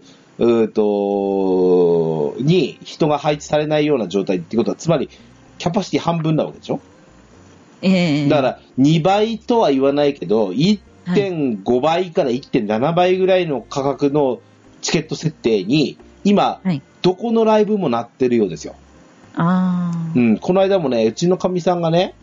に人が配置されないような状態っていうことは、つまり、キャパシティ半分なわけでしょ？だから、2倍とは言わないけど、1.5 倍から 1.7 倍ぐらいの価格のチケット設定に、今、どこのライブもなってるようですよ。この間もね、うちのかみさんがね、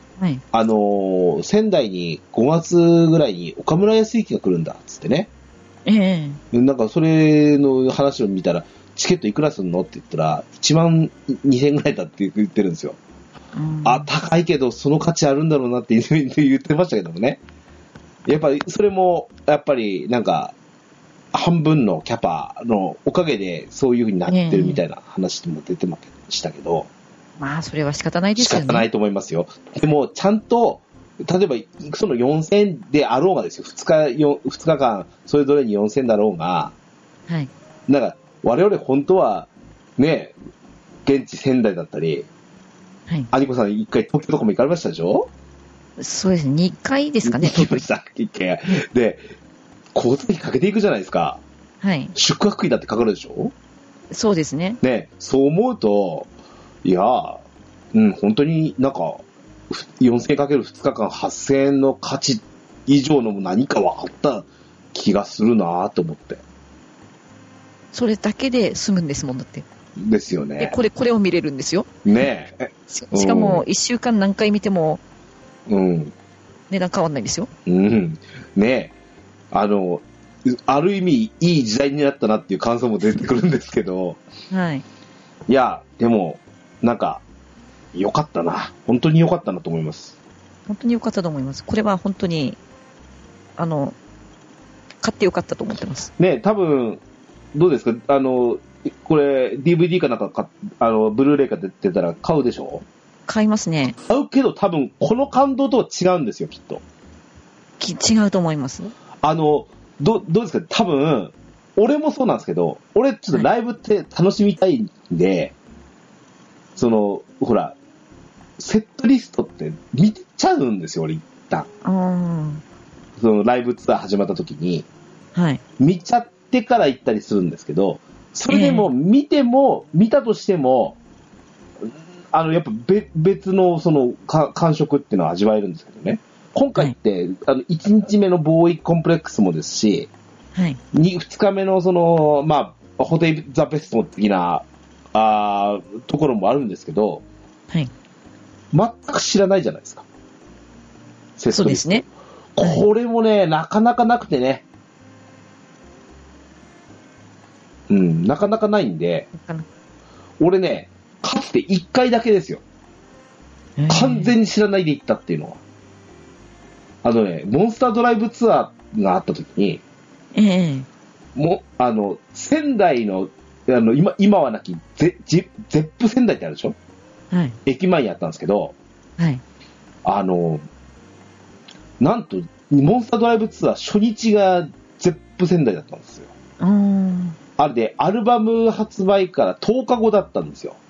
仙台に5月ぐらいに岡村康之が来るんだっつってね、なんかそれの話を見たら、チケットいくらすんのって言ったら、1万2000円ぐらいだって言ってるんですよ。高いけどその価値あるんだろうなって言ってましたけどもね。やっぱりそれもやっぱりなんか半分のキャパのおかげでそういう風になってるみたいな話も出てましたけど、 まあそれは仕方ないですよね。 仕方ないと思いますよ。でもちゃんと例えばその4000円であろうがですよ、2日間それぞれに4000円だろうが、なんか我々本当はね、現地仙台だったり、アニコさん一回東京とかも行かれましたでしょ？ そうですね、2回ですかね。 行きました、一回。で、交通費かけていくじゃないですか。宿泊費だってかかるでしょ？ そうですね。 ね、そう思うと、いや、本当になんか、4000円かける2日間8000円の価値以上の何かはあった気がするなと思って。 それだけで済むんですもん、だって。 ですよね。 これを見れるんですよ。 ねえ。 しかも、1週間何回見ても、値段変わんないんですよ。 ねえ。ある意味、いい時代になったなっていう感想も出てくるんですけど。いや、でも、なんか、良かったな。本当に良かったなと思います。 本当に良かったと思います。これは本当に、買って良かったと思ってます。 ねえ、多分、どうですか？これ DVD かなんかブルーレイか出てたら買うでしょ？ 買いますね。 買うけど多分この感動とは違うんですよ、きっと。 違うと思います。 どうですか？多分俺もそうなんですけど、俺ちょっとライブって楽しみたいんで、ほらセットリストって見ちゃうんですよ、俺一旦。そのライブツアー始まった時に、見ちゃってから行ったりするんですけど、それでも見たとしても、やっぱ別の感触っていうのは味わえるんですけどね。今回って、1日目のボーイコンプレックスもですし、2日目のホテルザベスト的な、ところもあるんですけど、全く知らないじゃないですか。 そうですね。 これもね、なかなかなくてね。なかなかないんで、俺ね、かつて1回だけですよ。完全に知らないで行ったっていうのは。モンスタードライブツアーがあった時に、仙台の、今はなき、ゼップ仙台ってあるでしょ？駅前にあったんですけど、なんと、モンスタードライブツアー初日がゼップ仙台だったんですよ。あれで、アルバム発売から10日後だったんですよ。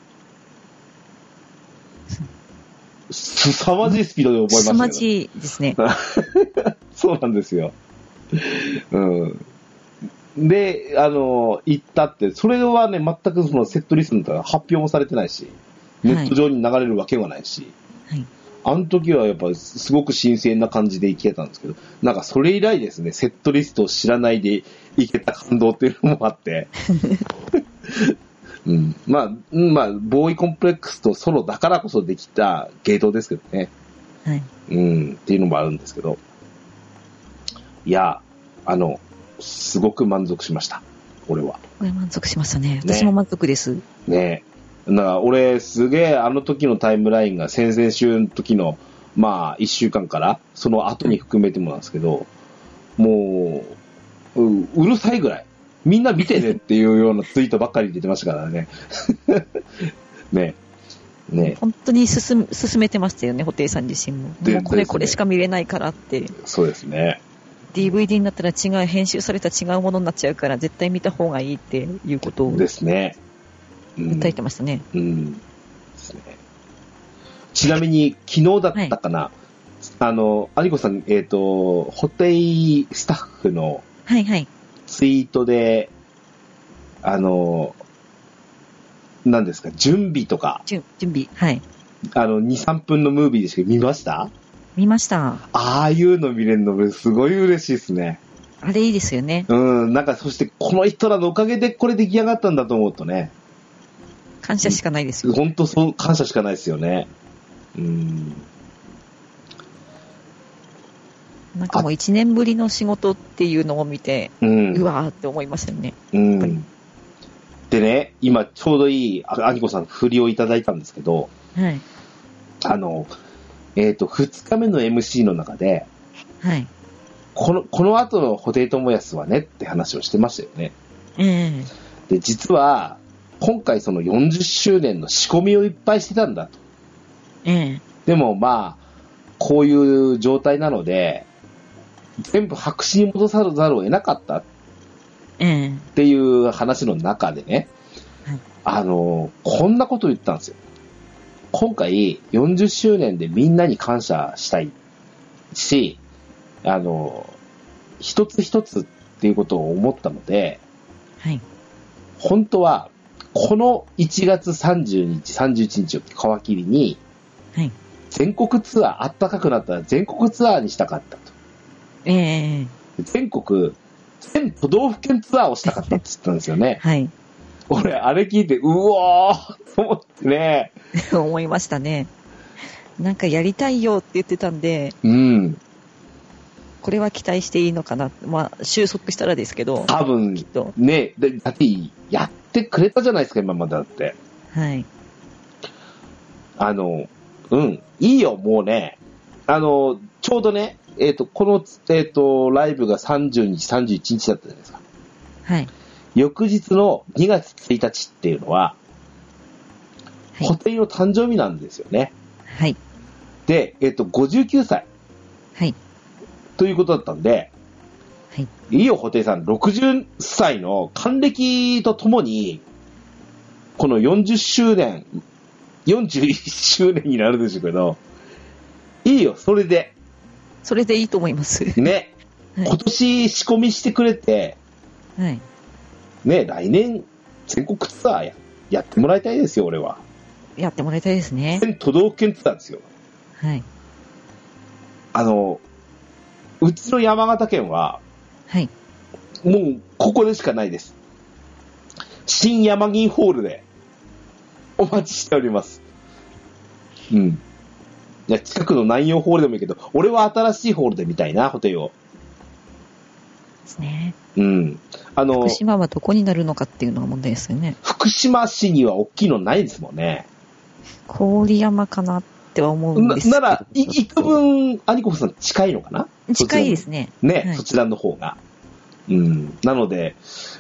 凄まじいスピードで覚えましたけど。凄まじいですね。 そうなんですよ。 で、行ったって、それはね、全くそのセットリストとか発表もされてないし、ネット上に流れるわけはないし、はい、あの時はやっぱすごく新鮮な感じで行けたんですけど、なんかそれ以来ですね、セットリストを知らないで行けた感動っていうのもあって、うん、まあ、ボーイコンプレックスとソロだからこそできたゲートですけどね。はい。っていうのもあるんですけど。いや、すごく満足しました。俺は。 これ満足しましたね。私も満足です。 ね。だから俺すげえあの時のタイムラインが先々週の時のまあ1週間からその後に含めてもなんですけど、もう、うるさいぐらい。みんな見てねっていうようなツイートばっかり出てましたからね。ね。ね。 本当に進めてましたよね、布袋さん自身も。もうこれしか見れないからって。 そうですね。 DVD になったら編集された違うものになっちゃうから絶対見た方がいいっていうことを。 ですね。 訴えてましたね。 ですね。ちなみに昨日だったかな。はい、アニコさん、布袋スタッフの。はいはい。ツイートで、何ですか、準備とか。 準備、はい。 2、3分のムービーでしか見ました？ 見ました。 ああいうの見れるのすごい嬉しいですね。 あれいいですよね。 なんかそしてこの人らのおかげでこれ出来上がったんだと思うとね。 感謝しかないですよ。 本当そう、感謝しかないですよね。 なんかもう1年ぶりの仕事っていうのを見て、うわーって思いましたよね。 でね、今ちょうどいい、アニコさん振りをいただいたんですけど、はい。2日目の MC の中で、はい。この後の布袋寅泰はねって話をしてましたよね。で、実は、今回その40周年の仕込みをいっぱいしてたんだと。でもまあ、こういう状態なので、全部白紙に戻さざるを得なかったっていう話の中でね、こんなことを言ったんですよ。今回40周年でみんなに感謝したいし、一つ一つっていうことを思ったので、はい、本当はこの1月30日、31日を皮切りに、はい、全国ツアー、暖かくなったら全国ツアーにしたかったと。全国、全都道府県ツアーをしたかったって言ったんですよね。はい。俺、あれ聞いて、うおーと思ってね。 思いましたね。なんかやりたいよって言ってたんで、これは期待していいのかな。まあ、収束したらですけど。 多分、きっと。ね、だってやってくれたじゃないですか、今までだって。はい。いいよ、もうね。ちょうどね、この、ライブが30日、31日だったじゃないですか。はい。翌日の2月1日っていうのは、はい、布袋の誕生日なんですよね。はい。で、59歳。はい。ということだったんで、はい。いいよ、布袋さん、60歳の還暦とともに、この40周年、41周年になるんでしょうけど、いいよ、それで。 それでいいと思います。 ね。はい、今年仕込みしてくれて、はい。ね、来年全国ツアーやってもらいたいですよ、俺は。 やってもらいたいですね。 全都道府県ツアーですよ。はい。うちの山形県は、はい。もう、ここでしかないです。新山銀ホールで、お待ちしております。うん。いや、近くの南陽ホールでもいいけど、俺は新しいホールで見たいな、ホテルを。 ですね。 うん。 福島はどこになるのかっていうのが問題ですよね。 福島市には大きいのないですもんね。 郡山かなっては思うんですけど。 なら、幾分、アニコさん近いのかな？ 近いですね。 ね、はい、そちらの方が。うん。なので、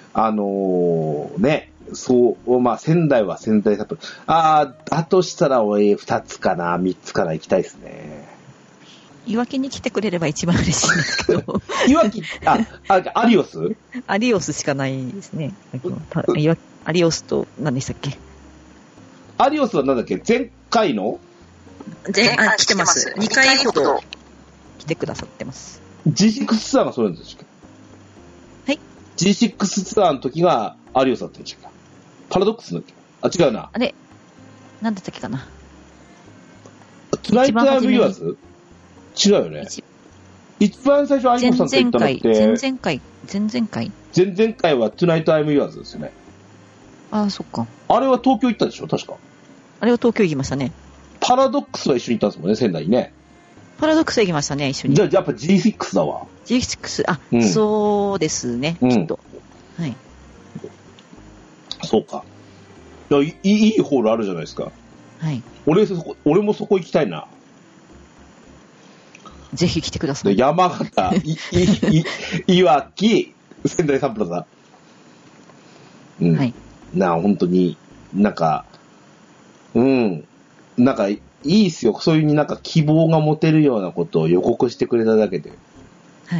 ね、そう、まあ、仙台は仙台サプだとしたら俺2つかな、3つから行きたいですね。 いわきに来てくれれば一番嬉しいんですけど。 いわき、アリオス？ アリオスしかないですね。アリオスと何でしたっけ？ アリオスは何だっけ？前回の？ 来てます。2回ほど来てくださってます。 GX ツアーがそうなんですか？ はい。 G6 ツアーの時が有吉だったんじゃんか。パラドックスの時。あ、違うな。 あれなんだったっけかな。 トゥナイトアイムユアーズ？違うよね。一番最初有吉さんと言ったのって。 前々回はトゥナイトアイムユアーズですよね。 ああ、そっか。 あれは東京行ったでしょ確か。 あれは東京行きましたね。 パラドックスは一緒に行ったんですもんね、仙台にね。 パラドックス行きましたね、一緒に。 じゃあやっぱ G6 だわ。 G6、あ、そうですね、きっと。はい。 そうか。いいホールあるじゃないですか。 はい。 俺もそこ行きたいな。 ぜひ来てください。 山形、いわき、仙台サンプラザ。はい。本当に、なんかいいっすよ。そういうなんか希望が持てるようなことを予告してくれただけで。 はい。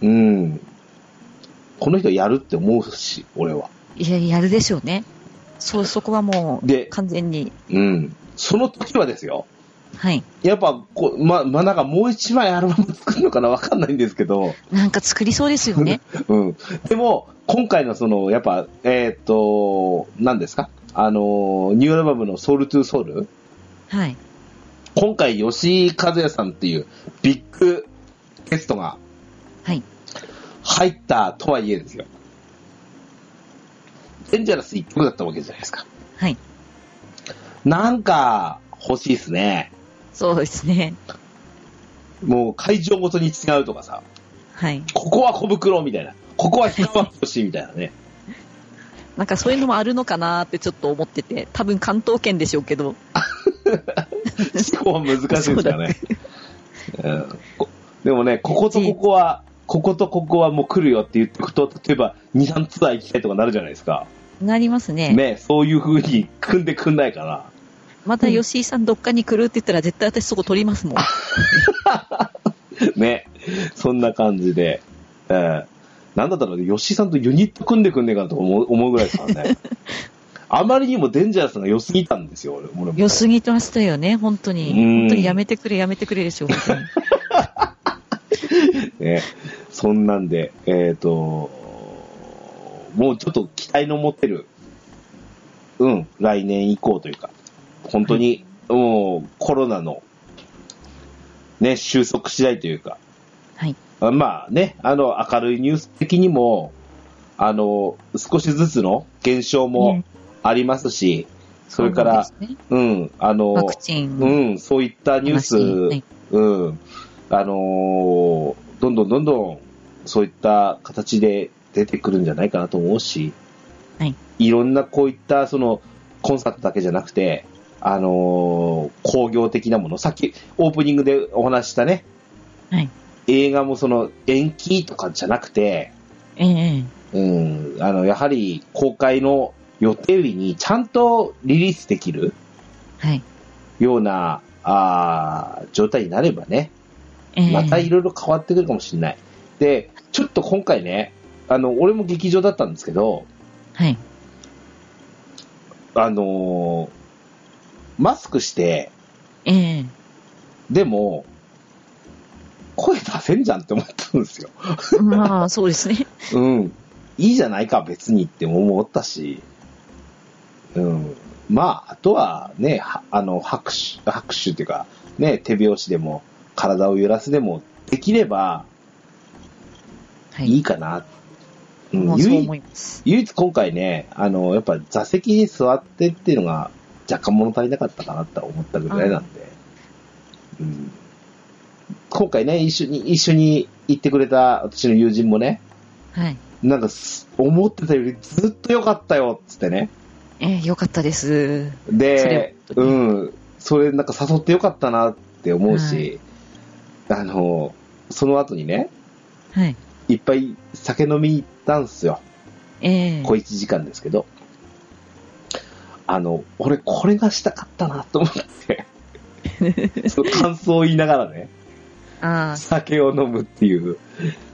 この人やるって思うし、俺は。 いや、やるでしょうね。そこはもう、完全に。 その時はですよ。 はい。 やっぱなんかもう一枚アルバム作るのかなわかんないんですけど。 なんか作りそうですよね。 でも、今回のやっぱ、何ですかニューアルバムのソウルトゥーソウル？ はい。 今回、吉井和也さんっていうビッグゲストが、 はい。 入ったとはいえですよ。デンジャラス1曲だったわけじゃないですか。 はい。 なんか、欲しいですね。 そうですね。 もう会場ごとに違うとかさ。 はい。 ここは小袋みたいな。ここは100万欲しいみたいなね。 なんかそういうのもあるのかなーってちょっと思ってて、多分関東圏でしょうけど。 そこは難しいですからね。でもね、こことここはもう来るよって言ってくと、例えば2、3ツアー行きたいとかなるじゃないですか。 なりますね。 ね、そういう風に組んでくんないかな。 また吉井さんどっかに来るって言ったら絶対私そこ取りますもん。 ね、そんな感じで。なんだったら吉井さんとユニット組んでくんねえかなと思うぐらいですからね。あまりにもデンジャラスが良すぎたんですよ、俺も。良すぎましたよね、本当に。本当にやめてくれでしょ、本当に。 ね、そんなんで、もうちょっと期待の持てる、来年以降というか、本当に、もうコロナの、ね、収束次第というか、 はい。 まあね、明るいニュース的にも、少しずつの減少もありますし、それから、 ワクチン。 そういったニュース、どんどん、そういった形で出てくるんじゃないかなと思うし、 はい。 いろんなこういったコンサートだけじゃなくて、工業的なもの、さっきオープニングでお話したね、 はい。 映画も延期とかじゃなくて、やはり公開の予定日にちゃんとリリースできる、 はい。 ような、状態になればね、またいろいろ変わってくるかもしれない。で、ちょっと今回ね、俺も劇場だったんですけど、 はい。 マスクして、でも、声出せんじゃんって思ったんですよ。 まあ、そうですね。 いいじゃないか、別にって思ったし、まあ、あとはね、拍手っていうか、ね、手拍子でも、体を揺らすでも、できれば、いいかな。 そう思います。 唯一今回ね、やっぱ座席に座ってっていうのが、若干物足りなかったかなって思ったぐらいなんで、今回ね、一緒に行ってくれた私の友人もね、 はい。 なんか、思ってたよりずっと良かったよ、つってね。 良かったです。 で、それなんか誘って良かったなって思うし、その後にね、 はい。 いっぱい酒飲みに行ったんすよ。小1時間ですけど。俺これがしたかったなと思って、その感想を言いながらね、酒を飲むっていう。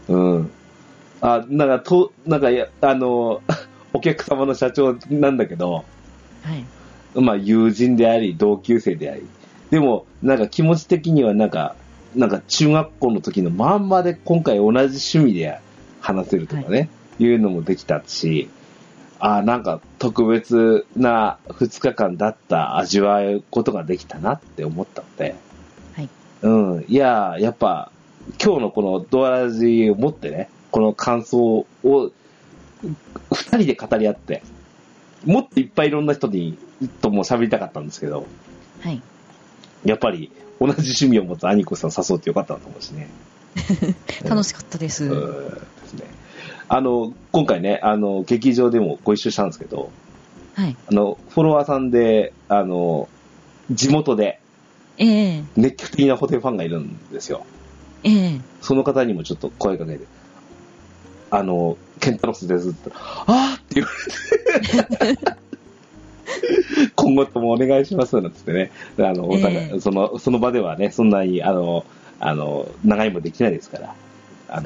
なんかお客様の社長なんだけど、 はい。 まあ友人であり、同級生であり。でも、なんか気持ち的にはなんか中学校の時のまんまで今回同じ趣味で話せるとかね。 いうのもできたし、なんか特別な2日間だった味わうことができたなって思ったので、 はい。 いや、やっぱ今日のこのドアラジを持ってね、この感想を2人で語り合って、もっといっぱいいろんな人とも喋りたかったんですけど、 はい。 やっぱり同じ趣味を持つアニコさん誘ってよかったなと思うしね。 楽しかったです。 ですね。今回ね、劇場でもご一緒したんですけど、 はい。 フォロワーさんで、地元で、熱狂的なホテルファンがいるんですよ。その方にもちょっと声かけて、ケンタロスですって言ったら、って言われて、今後ともお願いしますなんつってね、お互い、その場ではね、そんなに、長いもできないですから。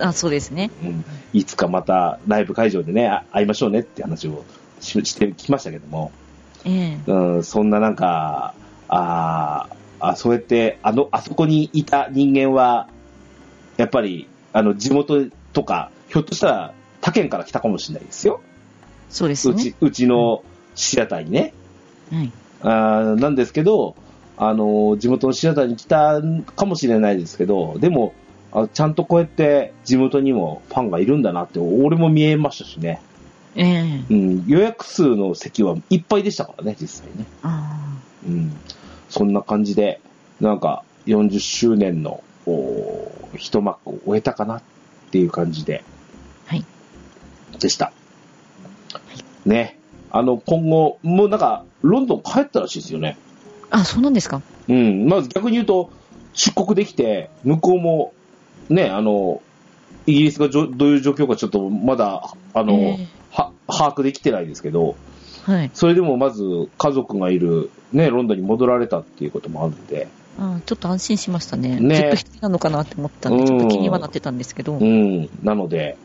そうですね。 いつかまたライブ会場でね、会いましょうねって話をしてきましたけども、そんななんか、そうやって、あそこにいた人間は、やっぱり、地元とか、ひょっとしたら他県から来たかもしれないですよ。 そうですね。 うちのシアターにね。なんですけど、地元のシアターに来たかもしれないですけど、でも、ちゃんとこうやって地元にもファンがいるんだなって、俺も見えましたしね。予約数の席はいっぱいでしたからね、実際ね。そんな感じで、なんか40周年の一幕を終えたかなっていう感じで、でした。ね。今後、もうなんか、ロンドン帰ったらしいですよね。 そうなんですか。 まず逆に言うと、出国できて、向こうも、ね、イギリスがどういう状況かちょっとまだ、把握できてないですけど、それでもまず家族がいる、ね、ロンドンに戻られたっていうこともあるんで、 ちょっと安心しましたね。ずっと一人なのかなって思ったんで、ちょっと気にはなってたんですけど。 なので、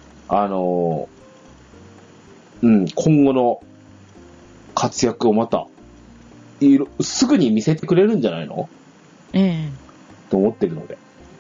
今後の活躍をまた、すぐに見せてくれるんじゃないの？と思ってるので。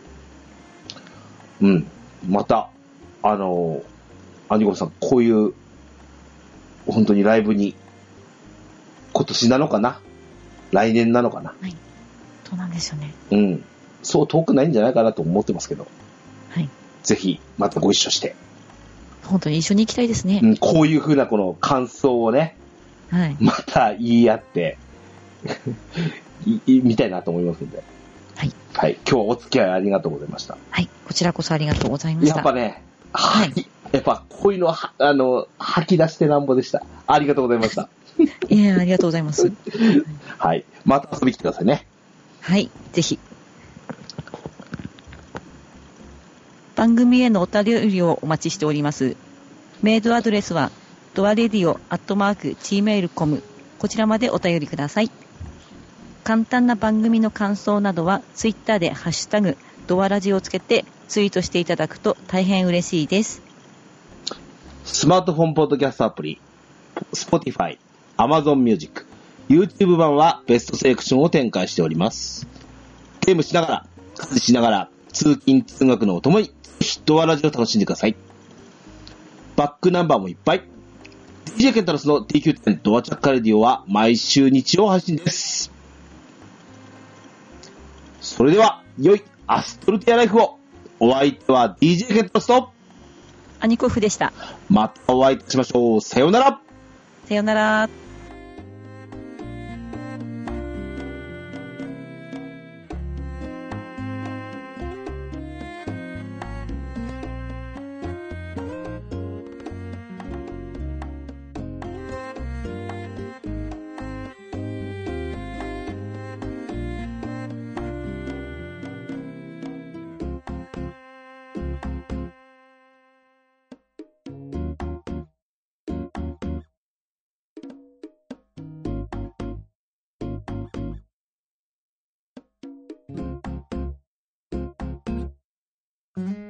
また、アニコさん、こういう、本当にライブに、今年なのかな？来年なのかな？ どうなんでしょうね。 そう遠くないんじゃないかなと思ってますけど。ぜひ、またご一緒して。 本当に一緒に行きたいですね。 こういう風なこの感想をね、また言い合って、見たいなと思いますんで。今日はお付き合いありがとうございました。 こちらこそありがとうございました。 やっぱね、やっぱこういうのは、吐き出してなんぼでした。ありがとうございました。 ありがとうございます。 また遊びに来てくださいね。 ぜひ。番組へのお便りをお待ちしております。メールアドレスは、doaradio@gmail.com こちらまでお便りください。簡単な番組の感想などは、ツイッターでハッシュタグ、ドアラジをつけてツイートしていただくと大変嬉しいです。 スマートフォンポッドキャストアプリ、Spotify、Amazon Music、YouTube 版はベストセレクションを展開しております。ゲームしながら、家事しながら、通勤通学のお供に、ぜひドアラジを楽しんでください。バックナンバーもいっぱい。DJ ケンタロスの DQ10 ドアチャッカレディオは毎週日曜配信です。それでは、良いアストルティアライフを。お相手は DJ ケンタロスとアニコフでした。 またお会いいたしましょう。さようなら。 さようなら。うん。